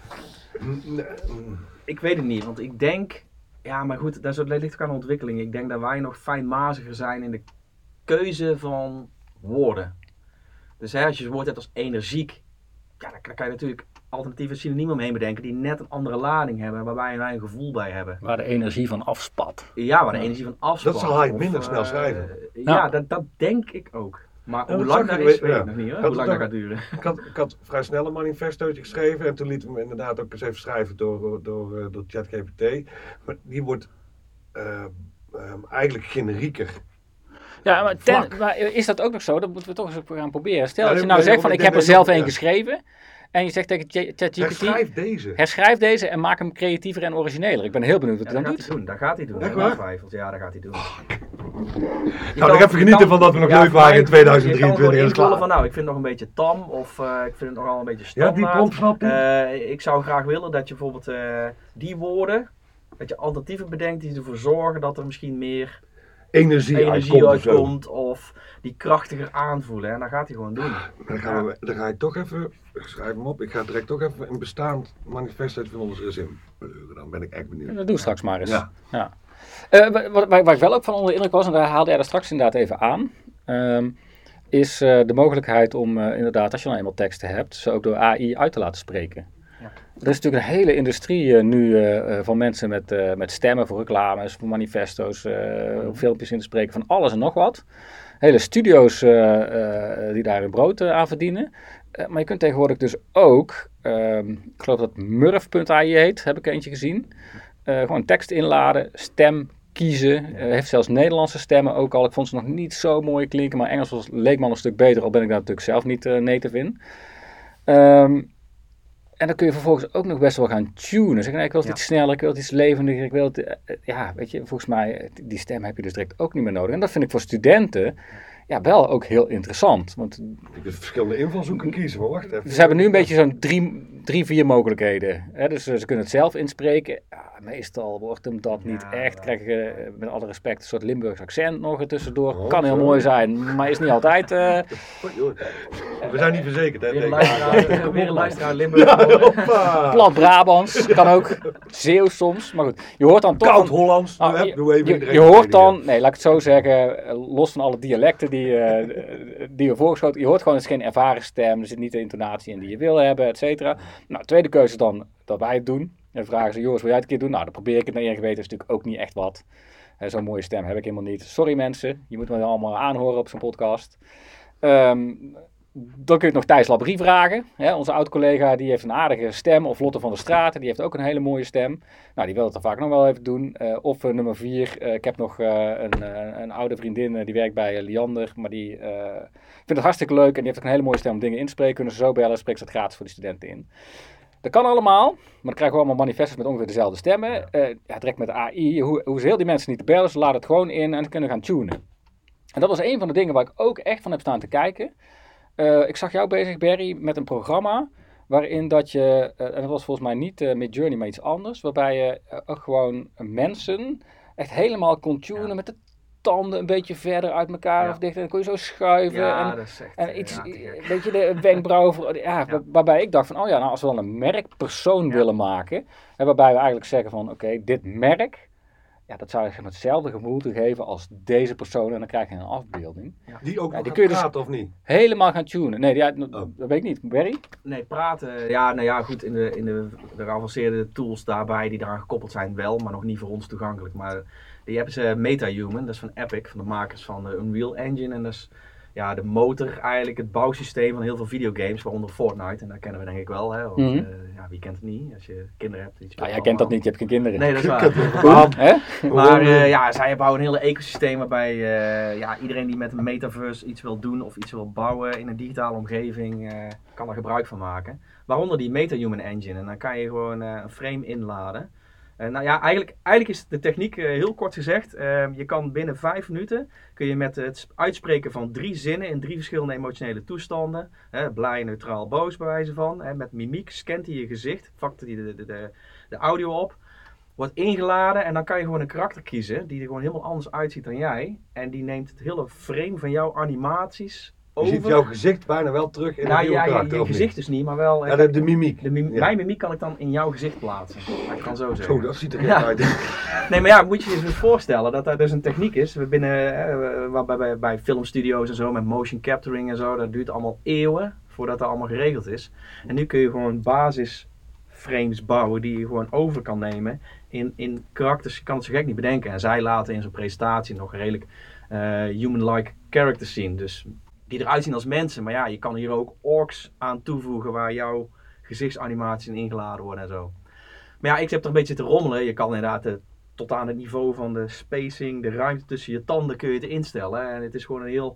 Speaker 3: ik weet het niet, want ik denk, ja maar goed, dat ligt ook aan de ontwikkeling. Ik denk dat wij nog fijnmaziger zijn in de keuze van woorden. Dus hè, als je het woord hebt als energiek, ja, dan kan je natuurlijk alternatieve synoniemen omheen bedenken die net een andere lading hebben, waarbij wij een gevoel bij hebben.
Speaker 2: Waar de energie van afspat.
Speaker 3: Ja, waar de energie van afspat.
Speaker 1: Dat zal hij minder of, snel uh, schrijven.
Speaker 3: Ja, ja. Dat, dat denk ik ook. Maar ja, hoe lang dat is, weet ik ja. nog niet hoor. Hoe lang dat gaat duren.
Speaker 1: Ik had, ik had vrij snel een manifestootje geschreven en toen liet ik me inderdaad ook eens even schrijven door, door, door ChatGPT. Maar die wordt uh, um, eigenlijk generieker.
Speaker 2: Ja, maar, ten, maar is dat ook nog zo? Dat moeten we toch eens gaan proberen. Stel ja, dat je nou zegt van ik heb er zelf één ja. geschreven. En je zegt tegen ChatGPT,
Speaker 1: herschrijf deze.
Speaker 2: herschrijf deze en maak hem creatiever en origineler. Ik ben heel benieuwd wat
Speaker 3: ja,
Speaker 2: hij dan
Speaker 3: doet.
Speaker 2: Hij
Speaker 3: doen. Dat gaat hij doen. Dat gaat hij doen. Ja, dat gaat hij doen.
Speaker 1: Nou, nog even genieten kan, van dat we nog leuk ja, waren in tweeduizend drieëntwintig.
Speaker 3: Je kan gewoon van nou, ik vind het nog een beetje tam of uh, ik vind het nogal een beetje standaard.
Speaker 1: Ja, die prompt snap
Speaker 3: uh, Ik zou graag willen dat je bijvoorbeeld uh, die woorden, dat je alternatieven bedenkt die ervoor zorgen dat er misschien meer
Speaker 1: energie,
Speaker 3: energie
Speaker 1: uitkomt,
Speaker 3: uitkomt of die krachtiger aanvoelen. En dat gaat hij gewoon doen.
Speaker 1: Dan, gaan we, dan ga ik toch even, ik schrijf hem op, ik ga direct toch even een bestaand manifest van ons eens in pleuren. Dan ben ik echt benieuwd.
Speaker 2: Ja, dat doe ik straks maar eens.
Speaker 1: Ja.
Speaker 2: Ja. Uh, wat, waar, waar ik wel ook van onder de indruk was, en daar haalde jij er straks inderdaad even aan, um, is uh, de mogelijkheid om uh, inderdaad, als je nou eenmaal teksten hebt, ze ook door A I uit te laten spreken. Ja. Er is natuurlijk een hele industrie uh, nu uh, van mensen met, uh, met stemmen voor reclames, voor manifesto's, uh, mm. filmpjes in te spreken, van alles en nog wat. Hele studio's uh, uh, die daar hun brood uh, aan verdienen. Uh, maar je kunt tegenwoordig dus ook, uh, ik geloof dat Murf punt A I heet, heb ik eentje gezien. Uh, gewoon tekst inladen, stem kiezen. Uh, heeft zelfs Nederlandse stemmen ook al. Ik vond ze nog niet zo mooi klinken, maar Engels was, leek me al een stuk beter, al ben ik daar natuurlijk zelf niet uh, native in. Um, En dan kun je vervolgens ook nog best wel gaan tunen. Zeggen, nee, ik wil het ja. iets sneller, ik wil het iets levendiger, ik wil het... Uh, ja, weet je, volgens mij, die stem heb je dus direct ook niet meer nodig. En dat vind ik voor studenten ja, wel ook heel interessant. Want
Speaker 1: je kunt verschillende invalshoeken kiezen, maar wacht even.
Speaker 2: Ze hebben nu een beetje zo'n drie, drie vier mogelijkheden. Hè? Dus uh, ze kunnen het zelf inspreken. Ja, meestal wordt hem dat niet ja, echt. Krijg je uh, met alle respect een soort Limburgs accent nog er tussendoor. Oh, kan heel zo. mooi zijn, maar is niet altijd... Uh...
Speaker 1: We zijn niet verzekerd, hè?
Speaker 3: Weer een luisteraar, weer een luisteraar Limburg.
Speaker 2: Ja, plat Brabants, kan ook. Zeeuws soms, maar goed. Je hoort dan toch...
Speaker 1: Koud Hollands.
Speaker 2: Oh, je, je, je, je hoort dan, nee, laat ik het zo zeggen, los van alle dialecten die, uh, die we voorgeschoten, je hoort gewoon, het is geen ervaren stem, er zit niet de intonatie in die je wil hebben, et cetera. Nou, tweede keuze is dan dat wij het doen. En dan vragen ze, Joris, wil jij het een keer doen? Nou, dan probeer ik het naar eer geweten, is natuurlijk ook niet echt wat. Uh, Zo'n mooie stem heb ik helemaal niet. Sorry mensen, je moet me allemaal aanhoren op zo'n podcast. Um, Dan kun je nog Thijs Labrie vragen. Hè, onze oud-collega die heeft een aardige stem. Of Lotte van der Straten, die heeft ook een hele mooie stem. Nou, die wil het dan vaak nog wel even doen. Uh, of uh, nummer vier, uh, ik heb nog uh, een, uh, een oude vriendin uh, die werkt bij uh, Liander. Maar die uh, vindt het hartstikke leuk en die heeft ook een hele mooie stem om dingen in te spreken. Kunnen ze zo bellen, spreekt ze het gratis voor de studenten in. Dat kan allemaal, maar dan krijgen we allemaal manifestos met ongeveer dezelfde stemmen. Uh, ja, direct met A I, hoe, hoe ze heel die mensen niet te bellen, ze laten het gewoon in en kunnen gaan tunen. En dat was een van de dingen waar ik ook echt van heb staan te kijken. Uh, ik zag jou bezig, Barry, met een programma waarin dat je, uh, en dat was volgens mij niet uh, Midjourney, maar iets anders, waarbij je uh, ook gewoon mensen echt helemaal kon tunen ja. met de tanden een beetje verder uit elkaar ja. of dicht en dan kon je zo schuiven
Speaker 3: ja,
Speaker 2: en,
Speaker 3: dat is echt,
Speaker 2: en iets,
Speaker 3: ja,
Speaker 2: een beetje de wenkbrauwen, voor, ja, ja. Waar, waarbij ik dacht van, oh ja, nou als we dan een merkpersoon ja. willen maken, en waarbij we eigenlijk zeggen van, oké, okay, dit merk, ja, dat zou zeg maar, hetzelfde gevoel te geven als deze persoon en dan krijg je een afbeelding.
Speaker 1: Ja. Die ook
Speaker 2: ja,
Speaker 1: nog
Speaker 2: die
Speaker 1: gaat
Speaker 2: kun je dus
Speaker 1: praten of niet?
Speaker 2: Helemaal gaan tunen. Nee, ja, oh. dat weet ik niet. Barry?
Speaker 3: Nee, praten, ja, nou ja, goed, in de, in de, de geavanceerde tools daarbij die daaraan gekoppeld zijn wel, maar nog niet voor ons toegankelijk. Maar die hebben ze MetaHuman, dat is van Epic, van de makers van de Unreal Engine. En dat is ja, de motor, eigenlijk het bouwsysteem van heel veel videogames, waaronder Fortnite. En dat kennen we denk ik wel, hè. Want,
Speaker 2: mm-hmm.
Speaker 3: uh, ja, wie kent het niet, als je kinderen hebt. Die
Speaker 2: ah, jij kent dat niet, je hebt geen kinderen.
Speaker 3: Nee, dat is waar.
Speaker 2: maar
Speaker 3: maar uh, ja, zij bouwen een hele ecosysteem waarbij uh, ja, iedereen die met een metaverse iets wil doen of iets wil bouwen in een digitale omgeving, uh, kan er gebruik van maken. Waaronder die MetaHuman Engine. En dan kan je gewoon uh, een frame inladen. Uh, nou ja, eigenlijk, eigenlijk is de techniek uh, heel kort gezegd. Uh, je kan binnen vijf minuten, kun je met het uitspreken van drie zinnen in drie verschillende emotionele toestanden, hè, blij, neutraal, boos bij wijze van, hè, met mimiek scant hij je gezicht, vakt hij de, de, de, de audio op, wordt ingeladen en dan kan je gewoon een karakter kiezen die er gewoon helemaal anders uitziet dan jij. En die neemt het hele frame van jouw animaties over.
Speaker 1: Je ziet jouw gezicht bijna wel terug in
Speaker 3: nou,
Speaker 1: een nieuwe
Speaker 3: ja,
Speaker 1: karakter,
Speaker 3: je, je gezicht
Speaker 1: niet?
Speaker 3: dus niet, maar wel...
Speaker 1: Ja, de, de mimiek.
Speaker 3: De mim-
Speaker 1: ja.
Speaker 3: Mijn mimiek kan ik dan in jouw gezicht plaatsen. Dat kan zo zeggen.
Speaker 1: Zo, dat ziet er heel
Speaker 3: ja.
Speaker 1: uit.
Speaker 3: Nee, maar ja, moet je je dus voorstellen dat er dus een techniek is. We binnen, eh, bij, bij, bij filmstudio's en zo, met motion capturing en zo, dat duurt allemaal eeuwen voordat dat allemaal geregeld is. En nu kun je gewoon basisframes bouwen die je gewoon over kan nemen in, in karakters. Je kan het zo gek niet bedenken. En zij laten in zo'n presentatie nog redelijk uh, human-like characters zien. Dus die eruit zien als mensen. Maar ja, je kan hier ook orks aan toevoegen waar jouw gezichtsanimaties in ingeladen worden en zo. Maar ja, ik heb er een beetje te rommelen. Je kan inderdaad de, tot aan het niveau van de spacing, de ruimte tussen je tanden kun je het instellen. En het is gewoon een heel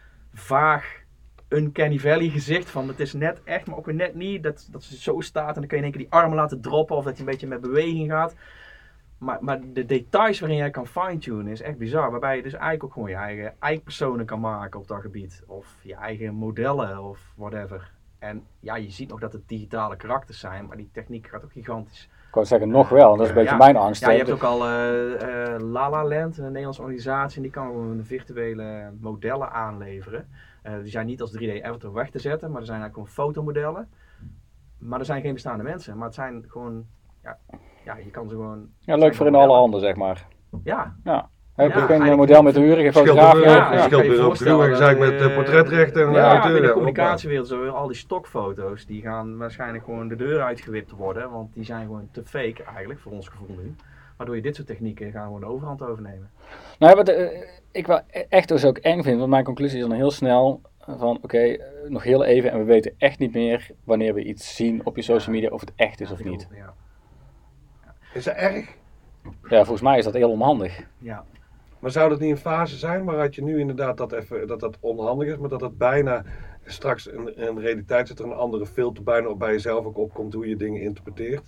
Speaker 3: vaag Uncanny Valley gezicht van het is net echt, maar ook weer net niet. Dat, dat ze zo staat en dan kun je in één keer die armen laten droppen of dat je een beetje met beweging gaat. Maar, maar de details waarin jij kan fine-tunen is echt bizar. Waarbij je dus eigenlijk ook gewoon je eigen eikpersonen kan maken op dat gebied. Of je eigen modellen of whatever. En ja, je ziet nog dat het digitale karakters zijn, maar die techniek gaat ook gigantisch.
Speaker 2: Ik wou zeggen, nog wel. Dat is een beetje
Speaker 3: ja,
Speaker 2: mijn angst.
Speaker 3: Ja, je hebt ook al uh, uh, La La Land, een Nederlandse organisatie, en die kan gewoon virtuele modellen aanleveren. Uh, die zijn niet als drie D avatar weg te zetten, maar er zijn eigenlijk gewoon fotomodellen. Maar er zijn geen bestaande mensen, maar het zijn gewoon, ja, ja je kan ze gewoon...
Speaker 2: Ja, leuk voor in alle handen, zeg maar.
Speaker 3: Ja.
Speaker 2: Ja. Heb je
Speaker 3: ja,
Speaker 2: geen uh, model met huren, geen fotograaf?
Speaker 1: Ja,
Speaker 2: ja,
Speaker 1: ja, schilderbureau Crew en zaak met uh, portretrechten en
Speaker 3: ja,
Speaker 1: auteuren.
Speaker 3: in de communicatiewereld zo, al die stokfoto's, die gaan waarschijnlijk gewoon de deur uitgewipt worden, want die zijn gewoon te fake eigenlijk, voor ons gevoel nu. Waardoor je dit soort technieken gaan gewoon de overhand overnemen.
Speaker 2: Nou, wat uh, ik wel echt dus ook eng vind, want mijn conclusie is dan heel snel van oké, okay, uh, nog heel even en we weten echt niet meer wanneer we iets zien op je social media of het echt is ja, of niet.
Speaker 3: Ja.
Speaker 1: Ja. Is dat erg?
Speaker 2: Ja, volgens mij is dat heel onhandig.
Speaker 3: Ja.
Speaker 1: Maar zou dat niet een fase zijn waaruit je nu inderdaad dat, even, dat dat onhandig is, maar dat dat bijna straks in, in realiteit zit er een andere filter bijna op bij jezelf ook opkomt hoe je dingen interpreteert?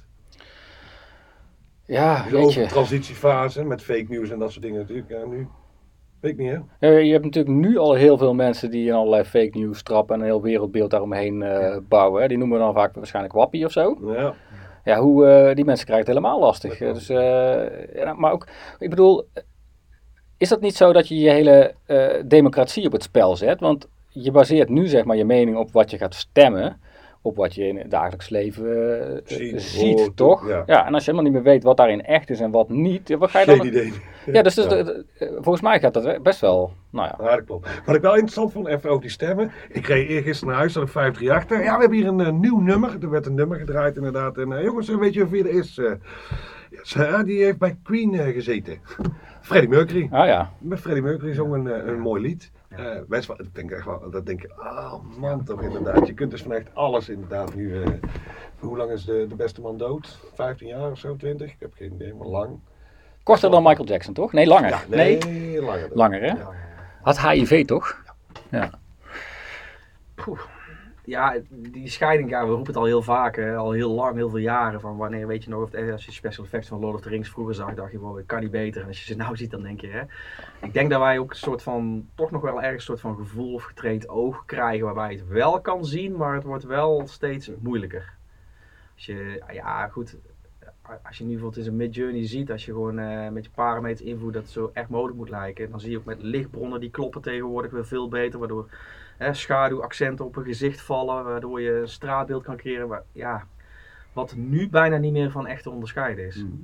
Speaker 2: Ja,
Speaker 1: dus
Speaker 2: weet je.
Speaker 1: Over transitiefase met fake news en dat soort dingen natuurlijk. Ja, nu weet ik niet hè.
Speaker 2: Ja, je hebt natuurlijk nu al heel veel mensen die in allerlei fake news trappen en een heel wereldbeeld daaromheen uh, ja. bouwen. Die noemen we dan vaak waarschijnlijk wappie of zo.
Speaker 1: Ja.
Speaker 2: Ja, hoe, uh, die mensen krijgen het helemaal lastig. Dus, uh, ja, maar ook, ik bedoel, is dat niet zo dat je je hele uh, democratie op het spel zet? Want je baseert nu zeg maar je mening op wat je gaat stemmen, op wat je in het dagelijks leven uh, ziet, ziet hoort, toch? Ja. ja, en als je helemaal niet meer weet wat daarin echt is en wat niet, wat ga je dan...
Speaker 1: Geen idee.
Speaker 2: Ja, dus, dus ja. De, de, volgens mij gaat dat best wel, nou ja.
Speaker 1: Ja, dat klopt. Wat ik wel interessant vond, even over die stemmen. Ik reed eergisteren naar huis, dat ik vijf drie acht. Ja, we hebben hier een uh, nieuw nummer. Er werd een nummer gedraaid inderdaad. En uh, jongens, weet je wie er is? Uh, ja, die heeft bij Queen uh, gezeten. Freddie Mercury.
Speaker 2: Ah ja.
Speaker 1: Met Freddie Mercury zong een, uh, een mooi lied. Uh, best wel, ik denk echt wel, dat denk ik, oh man toch inderdaad. Je kunt dus van echt alles inderdaad nu. Uh, hoe lang is de, de beste man dood? vijftien jaar of zo, twintig? Ik heb geen idee, maar lang.
Speaker 2: Korter dan Michael Jackson, toch? Nee, langer.
Speaker 1: Ja, nee,
Speaker 2: nee,
Speaker 1: langer.
Speaker 2: Langer, hè? Ja. Had H I V, toch? Ja. ja.
Speaker 3: Poeh. Ja, die scheiding, ja, we roepen het al heel vaak, hè, al heel lang, heel veel jaren. Van wanneer weet je nog, of het, als je special effects van Lord of the Rings vroeger zag, dacht je, wow, ik kan niet beter. En als je ze nou ziet, dan denk je, hè. Ik denk dat wij ook een soort van, toch nog wel ergens een soort van gevoel of getraind oog krijgen, waarbij je het wel kan zien, maar het wordt wel steeds moeilijker. Als je, ja goed, als je nu bijvoorbeeld eens een Midjourney ziet, als je gewoon uh, met je parameters invoert dat het zo echt mogelijk moet lijken, dan zie je ook met lichtbronnen die kloppen tegenwoordig weer veel beter, waardoor hè, schaduwaccenten op een gezicht vallen, waardoor je een straatbeeld kan creëren. Maar, ja, wat nu bijna niet meer van echt te onderscheiden is.
Speaker 1: Mm.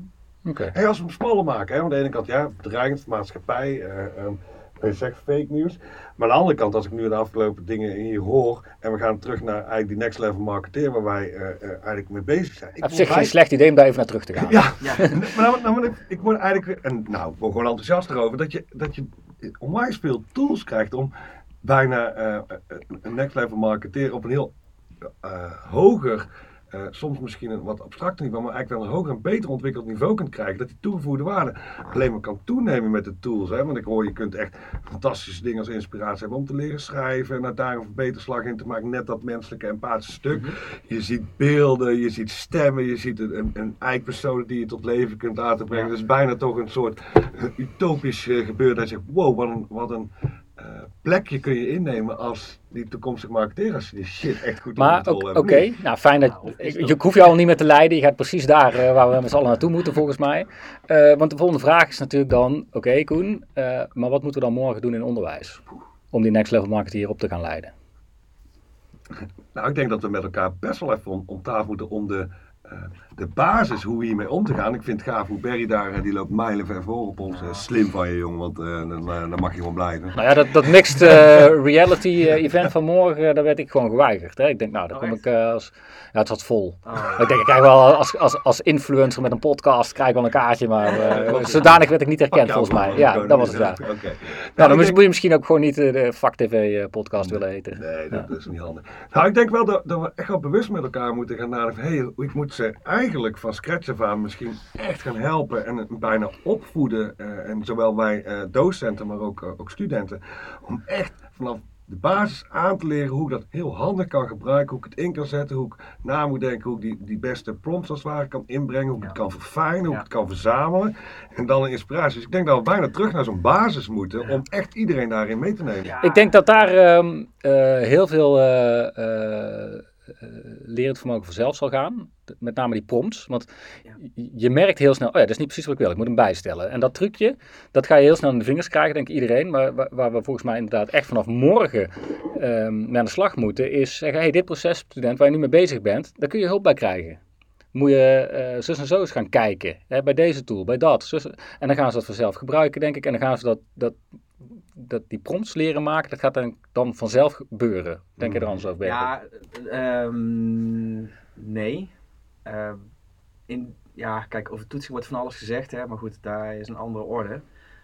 Speaker 2: Okay.
Speaker 1: Hey, als we hem smaller maken, hè, aan de ene kant ja, bedreigend, maatschappij, uh, um, je zegt fake nieuws. Maar aan de andere kant, als ik nu de afgelopen dingen hier hoor en we gaan terug naar eigenlijk die next level marketeer waar wij uh, uh, eigenlijk mee bezig zijn.
Speaker 2: Op zich geen slecht idee om daar even naar terug te gaan.
Speaker 1: Ja, ja. maar, nou, nou, ik, ik word eigenlijk, en nou, ik word gewoon enthousiast erover dat je, dat je onwijs veel tools krijgt om bijna uh, een next level marketeer op een heel uh, hoger, uh, soms misschien een wat abstracter niveau, maar eigenlijk wel een hoger en beter ontwikkeld niveau kunt krijgen. Dat die toegevoegde waarde alleen maar kan toenemen met de tools. Hè? Want ik hoor, je kunt echt fantastische dingen als inspiratie hebben om te leren schrijven en daar een verbeterslag in te maken. Net dat menselijke empathische stuk. Mm-hmm. Je ziet beelden, je ziet stemmen, je ziet een, een eigen-persoon die je tot leven kunt laten brengen. Ja. Dus bijna toch een soort utopisch uh, gebeuren dat je zegt, wow, wat een... Wat een Uh, plekje kun je innemen als die toekomstige marketeer als je die shit echt goed
Speaker 2: maar,
Speaker 1: onder controle hebt.
Speaker 2: Oké, okay. Nou fijn dat nou, je, je hoeft je al niet meer te leiden. Je gaat precies daar uh, waar we met z'n allen naartoe moeten volgens mij. Uh, want de volgende vraag is natuurlijk dan, oké okay, Koen, uh, maar wat moeten we dan morgen doen in onderwijs? Om die next level marketeer op te gaan leiden.
Speaker 1: Nou, ik denk dat we met elkaar best wel even om, om tafel moeten om de Uh, de basis, hoe we hiermee om te gaan. Ik vind het gaaf hoe Barry daar, uh, die loopt mijlen ver voor op ons. Uh, slim van je jongen, want uh, dan, uh, dan mag je gewoon blijven.
Speaker 2: Nou ja, dat, dat mixed uh, reality uh, event van morgen, uh, daar werd ik gewoon geweigerd. Hè. Ik denk, nou, daar kom ik uh, als... Ja, het zat vol. Oh. Ik denk, ik krijg wel als, als, als influencer met een podcast, krijg ik wel een kaartje, maar uh, zodanig werd ik niet herkend oh, volgens mij. Ja, dat was het ja. Okay. Nou, nou, dan denk... moet je misschien ook gewoon niet uh, de Vak T V uh, podcast
Speaker 1: nee,
Speaker 2: willen heten.
Speaker 1: Nee, dat
Speaker 2: ja.
Speaker 1: is niet handig. Nou, ik denk wel dat, dat we echt wel bewust met elkaar moeten gaan nadenken. Hey, ik moet ze eigenlijk van scratch af aan misschien echt gaan helpen en bijna opvoeden. Uh, en zowel wij uh, docenten, maar ook, uh, ook studenten. Om echt vanaf de basis aan te leren hoe ik dat heel handig kan gebruiken. Hoe ik het in kan zetten. Hoe ik na moet denken. Hoe ik die, die beste prompts als het ware kan inbrengen. Hoe ik ja. het kan verfijnen. Hoe ja. ik het kan verzamelen. En dan een inspiratie. Dus ik denk dat we bijna terug naar zo'n basis moeten. Om echt iedereen daarin mee te nemen.
Speaker 2: Ja. Ik denk dat daar um, uh, heel veel... Uh, uh, Uh, lerend vermogen vanzelf zal gaan. Met name die prompts. Want ja. je merkt heel snel, oh ja, dat is niet precies wat ik wil. Ik moet hem bijstellen. En dat trucje, dat ga je heel snel in de vingers krijgen, denk ik iedereen. Maar waar, waar we volgens mij inderdaad echt vanaf morgen um, naar de slag moeten, is zeggen, hey, dit proces, student, waar je nu mee bezig bent, daar kun je hulp bij krijgen. Moet je uh, zus en zo eens gaan kijken. Hè, bij deze tool, bij dat. Zus, en dan gaan ze dat vanzelf gebruiken, denk ik. En dan gaan ze dat... dat dat die prompts leren maken, dat gaat dan, dan vanzelf gebeuren. Denk je er anders over?
Speaker 3: Ja, um, nee. Uh, in, ja, kijk, over toetsing wordt van alles gezegd, hè, maar goed, daar is een andere orde.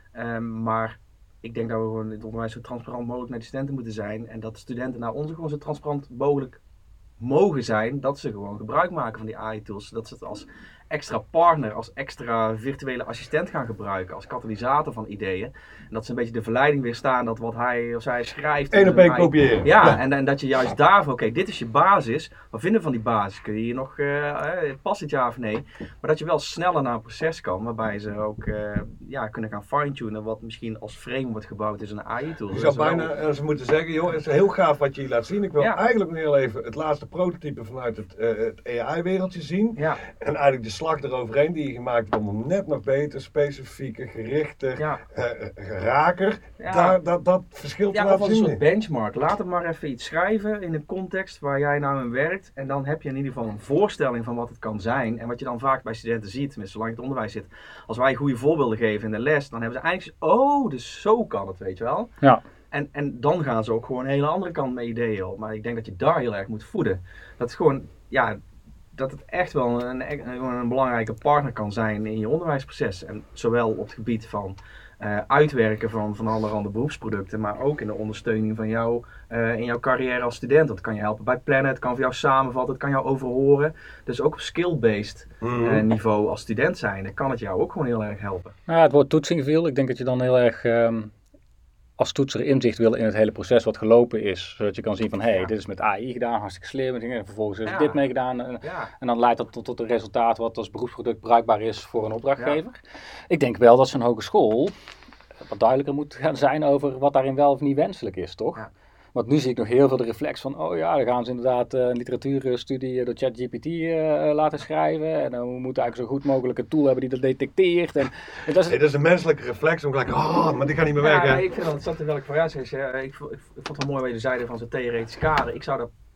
Speaker 3: Um, maar ik denk dat we gewoon in het onderwijs zo transparant mogelijk naar de studenten moeten zijn en dat studenten naar ons gewoon zo transparant mogelijk mogen zijn, dat ze gewoon gebruik maken van die A I-tools, dat ze het als extra partner, als extra virtuele assistent gaan gebruiken, als katalysator van ideeën. En dat ze een beetje de verleiding weerstaan dat wat hij of zij schrijft...
Speaker 1: Eén op één kopiëren.
Speaker 3: Ja, ja. En, en dat je juist daarvoor, oké, okay, dit is je basis. Wat vinden we van die basis? Kun je hier nog, uh, past het ja of nee? Maar dat je wel sneller naar een proces kan, waarbij ze ook uh, ja, kunnen gaan fine-tunen, wat misschien als frame wordt gebouwd is een A I-tool.
Speaker 1: Je zou bijna wel... ze moeten zeggen, joh, het is heel gaaf wat je hier laat zien. Ik wil ja. eigenlijk nog heel even het laatste prototype vanuit het, uh, het A I-wereldje zien.
Speaker 3: Ja.
Speaker 1: En eigenlijk de slag eroverheen die je gemaakt hebt om hem net nog beter, specifieker, gerichter, ja. uh, raker, ja. daar, dat, dat verschil te
Speaker 3: ja,
Speaker 1: laten zien.
Speaker 3: Ja, of een soort benchmark. Laat het maar even iets schrijven in een context waar jij nou in werkt. En dan heb je in ieder geval een voorstelling van wat het kan zijn. En wat je dan vaak bij studenten ziet, tenminste zolang het onderwijs zit. Als wij goede voorbeelden geven in de les, dan hebben ze eigenlijk oh, dus zo kan het, weet je wel.
Speaker 2: Ja.
Speaker 3: En, en dan gaan ze ook gewoon een hele andere kant met ideeën op. Maar ik denk dat je daar heel erg moet voeden. Dat is gewoon, ja... dat het echt wel een, een, een belangrijke partner kan zijn in je onderwijsproces. En zowel op het gebied van uh, uitwerken van, van allerhande beroepsproducten, maar ook in de ondersteuning van jou uh, in jouw carrière als student. Dat kan je helpen bij plannen, het kan voor jou samenvatten, het kan jou overhoren. Dus ook op skill-based uh, niveau als student zijn, dan kan het jou ook gewoon heel erg helpen.
Speaker 2: Ja, het woord toetsing viel. Ik denk dat je dan heel erg... Um... als toetser inzicht wil in het hele proces wat gelopen is. Zodat je kan zien van, hé, hey, ja. dit is met A I gedaan, hartstikke slim. En vervolgens is ja. dit mee gedaan. En, ja. en dan leidt dat tot, tot een resultaat wat als beroepsproduct bruikbaar is voor een opdrachtgever. Ja. Ik denk wel dat zo'n hogeschool wat duidelijker moet gaan zijn over wat daarin wel of niet wenselijk is, toch? Ja. Want nu zie ik nog heel veel de reflex van, oh ja, dan gaan ze inderdaad uh, een literatuurstudie door ChatGPT uh, laten schrijven. En dan uh, we moeten eigenlijk zo goed mogelijk een tool hebben die dat detecteert. En, en dat, is...
Speaker 1: Nee, dat is een menselijke reflex om gelijk, oh, maar die gaat niet meer
Speaker 3: ja,
Speaker 1: werken.
Speaker 3: Nee, ik vind dat het zat in welke variatie is. Ja, ik, ik, ik vond het wel mooi wat je zeiden van zo'n theoretisch kader. Ik zou dat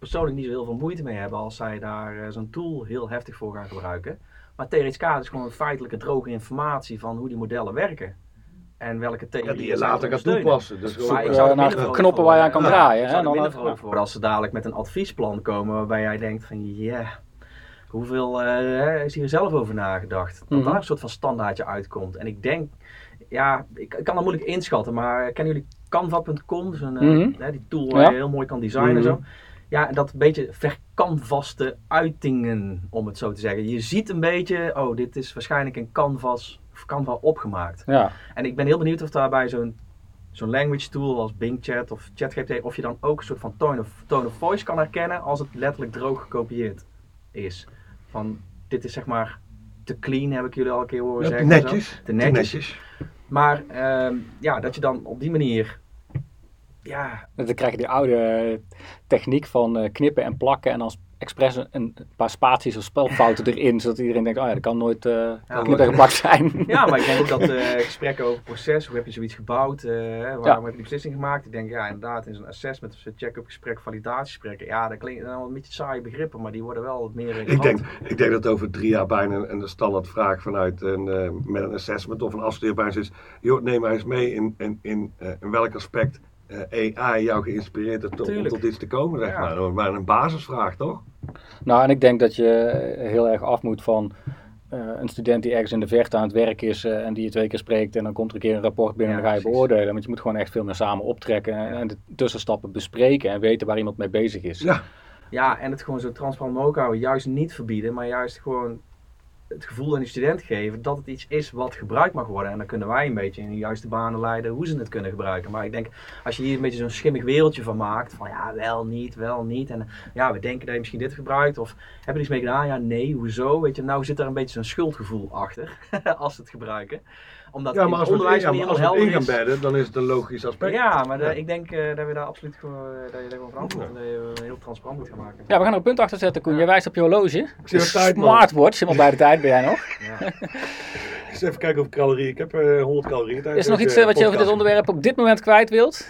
Speaker 3: persoonlijk niet zo heel veel moeite mee hebben als zij daar uh, zo'n tool heel heftig voor gaan gebruiken. Maar T R H K is gewoon feitelijke droge informatie van hoe die modellen werken. En welke theorieën
Speaker 1: ja, die je later gaat toepassen. Dus
Speaker 2: maar ik zou er naar knoppen waar je aan kan ja. draaien.
Speaker 3: Ik zou er minder vrolijk voor als ze dadelijk met een adviesplan komen waarbij jij denkt van ja, yeah, hoeveel uh, is hier zelf over nagedacht? Dat mm-hmm. daar een soort van standaardje uitkomt. En ik denk, ja, ik, ik kan dat moeilijk inschatten, maar kennen jullie Canva punt com? Dus een, mm-hmm. uh, die tool waar ja. je heel mooi kan designen mm-hmm. en zo. Ja, dat een beetje vercanvaste uitingen, om het zo te zeggen. Je ziet een beetje, oh, dit is waarschijnlijk een canvas, of Canva opgemaakt. Ja. En ik ben heel benieuwd of daarbij zo'n zo'n language tool als Bing Chat of ChatGPT, of je dan ook een soort van tone of, tone of voice kan herkennen als het letterlijk droog gekopieerd is. Van, dit is zeg maar te clean, heb ik jullie al een keer horen
Speaker 1: ja,
Speaker 3: zeggen.
Speaker 1: Te netjes.
Speaker 3: Te netjes. Te netjes. Maar um, ja, dat je dan op die manier... Ja.
Speaker 2: Dan krijg je die oude techniek van uh, knippen en plakken en als expres een, een paar spaties of spelfouten erin, zodat iedereen denkt, oh ja, dat kan nooit uh, ja, knippen en geplakt zijn.
Speaker 3: Ja, maar ik denk ook dat uh, gesprekken over het proces, hoe heb je zoiets gebouwd, uh, waarom ja. heb je die beslissing gemaakt? Ik denk, ja, inderdaad, in zo'n assessment of zo'n check-up gesprek, validatiegesprekken, ja, dat klinkt dan wel een beetje saaie begrippen, maar die worden wel wat meer relevant.
Speaker 1: Ik denk, ik denk dat over drie jaar bijna een, een standaard vraag vanuit een, uh, met een assessment of een afstudeerbasis is, joh, neem maar eens mee in, in, in, uh, in welk aspect Uh, A I jou geïnspireerd heeft om tot iets te komen, zeg ja. maar. Maar een basisvraag, toch?
Speaker 2: Nou, en ik denk dat je heel erg af moet van uh, een student die ergens in de verte aan het werk is uh, en die je twee keer spreekt en dan komt er een keer een rapport binnen ja, en dan ga je precies. beoordelen. Want je moet gewoon echt veel meer samen optrekken en, ja. en de tussenstappen bespreken en weten waar iemand mee bezig is.
Speaker 3: Ja, ja en het gewoon zo transparant mogelijk houden. Juist niet verbieden, maar juist gewoon het gevoel aan die student geven dat het iets is wat gebruikt mag worden. En dan kunnen wij een beetje in de juiste banen leiden hoe ze het kunnen gebruiken. Maar ik denk, als je hier een beetje zo'n schimmig wereldje van maakt, van ja, wel niet, wel niet. En ja, we denken dat je misschien dit gebruikt. Of hebben er iets mee gedaan? Ja, nee, hoezo? Weet je, nou zit er een beetje zo'n schuldgevoel achter, als ze het gebruiken. Omdat
Speaker 1: ja, maar als
Speaker 3: het onderwijs
Speaker 1: we
Speaker 3: niet
Speaker 1: helemaal helder is. Als we het in gaan bedden, dan is het een logisch aspect.
Speaker 3: Ja, maar de, ja. ik denk uh, dat we daar absoluut gewoon, uh, dat je daar gewoon verantwoord en dat je uh, heel transparant moet gaan maken.
Speaker 2: Ja, we gaan er een punt achter zetten, Koen. Ja. Je wijst op je horloge.
Speaker 1: Ik zie de tijd,
Speaker 2: smartwatch, helemaal bij de tijd ben jij nog. Ja.
Speaker 1: Dus even kijken hoeveel calorieën. Ik heb uh, honderd calorieën.
Speaker 2: Is er nog iets uh, wat je over dit onderwerp op dit moment kwijt wilt?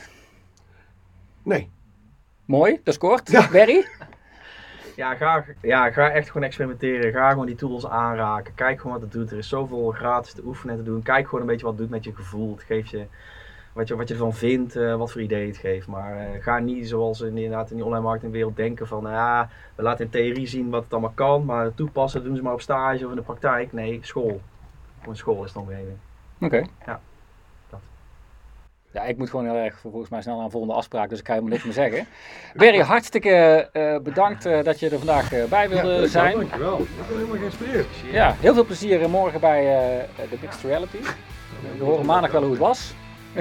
Speaker 1: Nee.
Speaker 2: Mooi, dat is kort. Ja. Barry?
Speaker 3: Ja ga, ja, ga echt gewoon experimenteren. Ga gewoon die tools aanraken. Kijk gewoon wat het doet. Er is zoveel gratis te oefenen te doen. Kijk gewoon een beetje wat het doet met je gevoel. Het geeft je wat je, wat je ervan vindt, uh, wat voor ideeën het geeft. Maar uh, ga niet zoals in, inderdaad in die online marketingwereld denken van ja, we laten in theorie zien wat het allemaal kan, maar toepassen doen ze maar op stage of in de praktijk. Nee, school. Gewoon school is de omgeving.
Speaker 2: Oké. Okay.
Speaker 3: Ja.
Speaker 2: Ja, ik moet gewoon heel erg volgens mij snel aan de volgende afspraak, dus ik ga helemaal niks meer zeggen. Barry, hartstikke uh, bedankt uh, dat je er vandaag uh, bij wilde ja, zijn.
Speaker 1: Dankjewel, ik ben helemaal geïnspireerd.
Speaker 2: Ja, heel veel plezier uh, morgen bij uh, de Mixed Reality. We horen maandag wel hoe het was.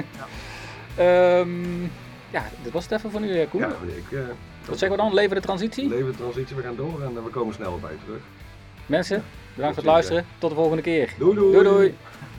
Speaker 2: Ja, um, ja dit was het even voor nu, uh, Koen.
Speaker 1: Ja, ik, uh,
Speaker 2: wat zeggen we dan? Leven de transitie?
Speaker 1: Leven de transitie, we gaan door en uh, we komen snel bij terug.
Speaker 2: Mensen, bedankt voor het luisteren. Tot de volgende keer.
Speaker 1: Doei doei.
Speaker 2: Doei, doei.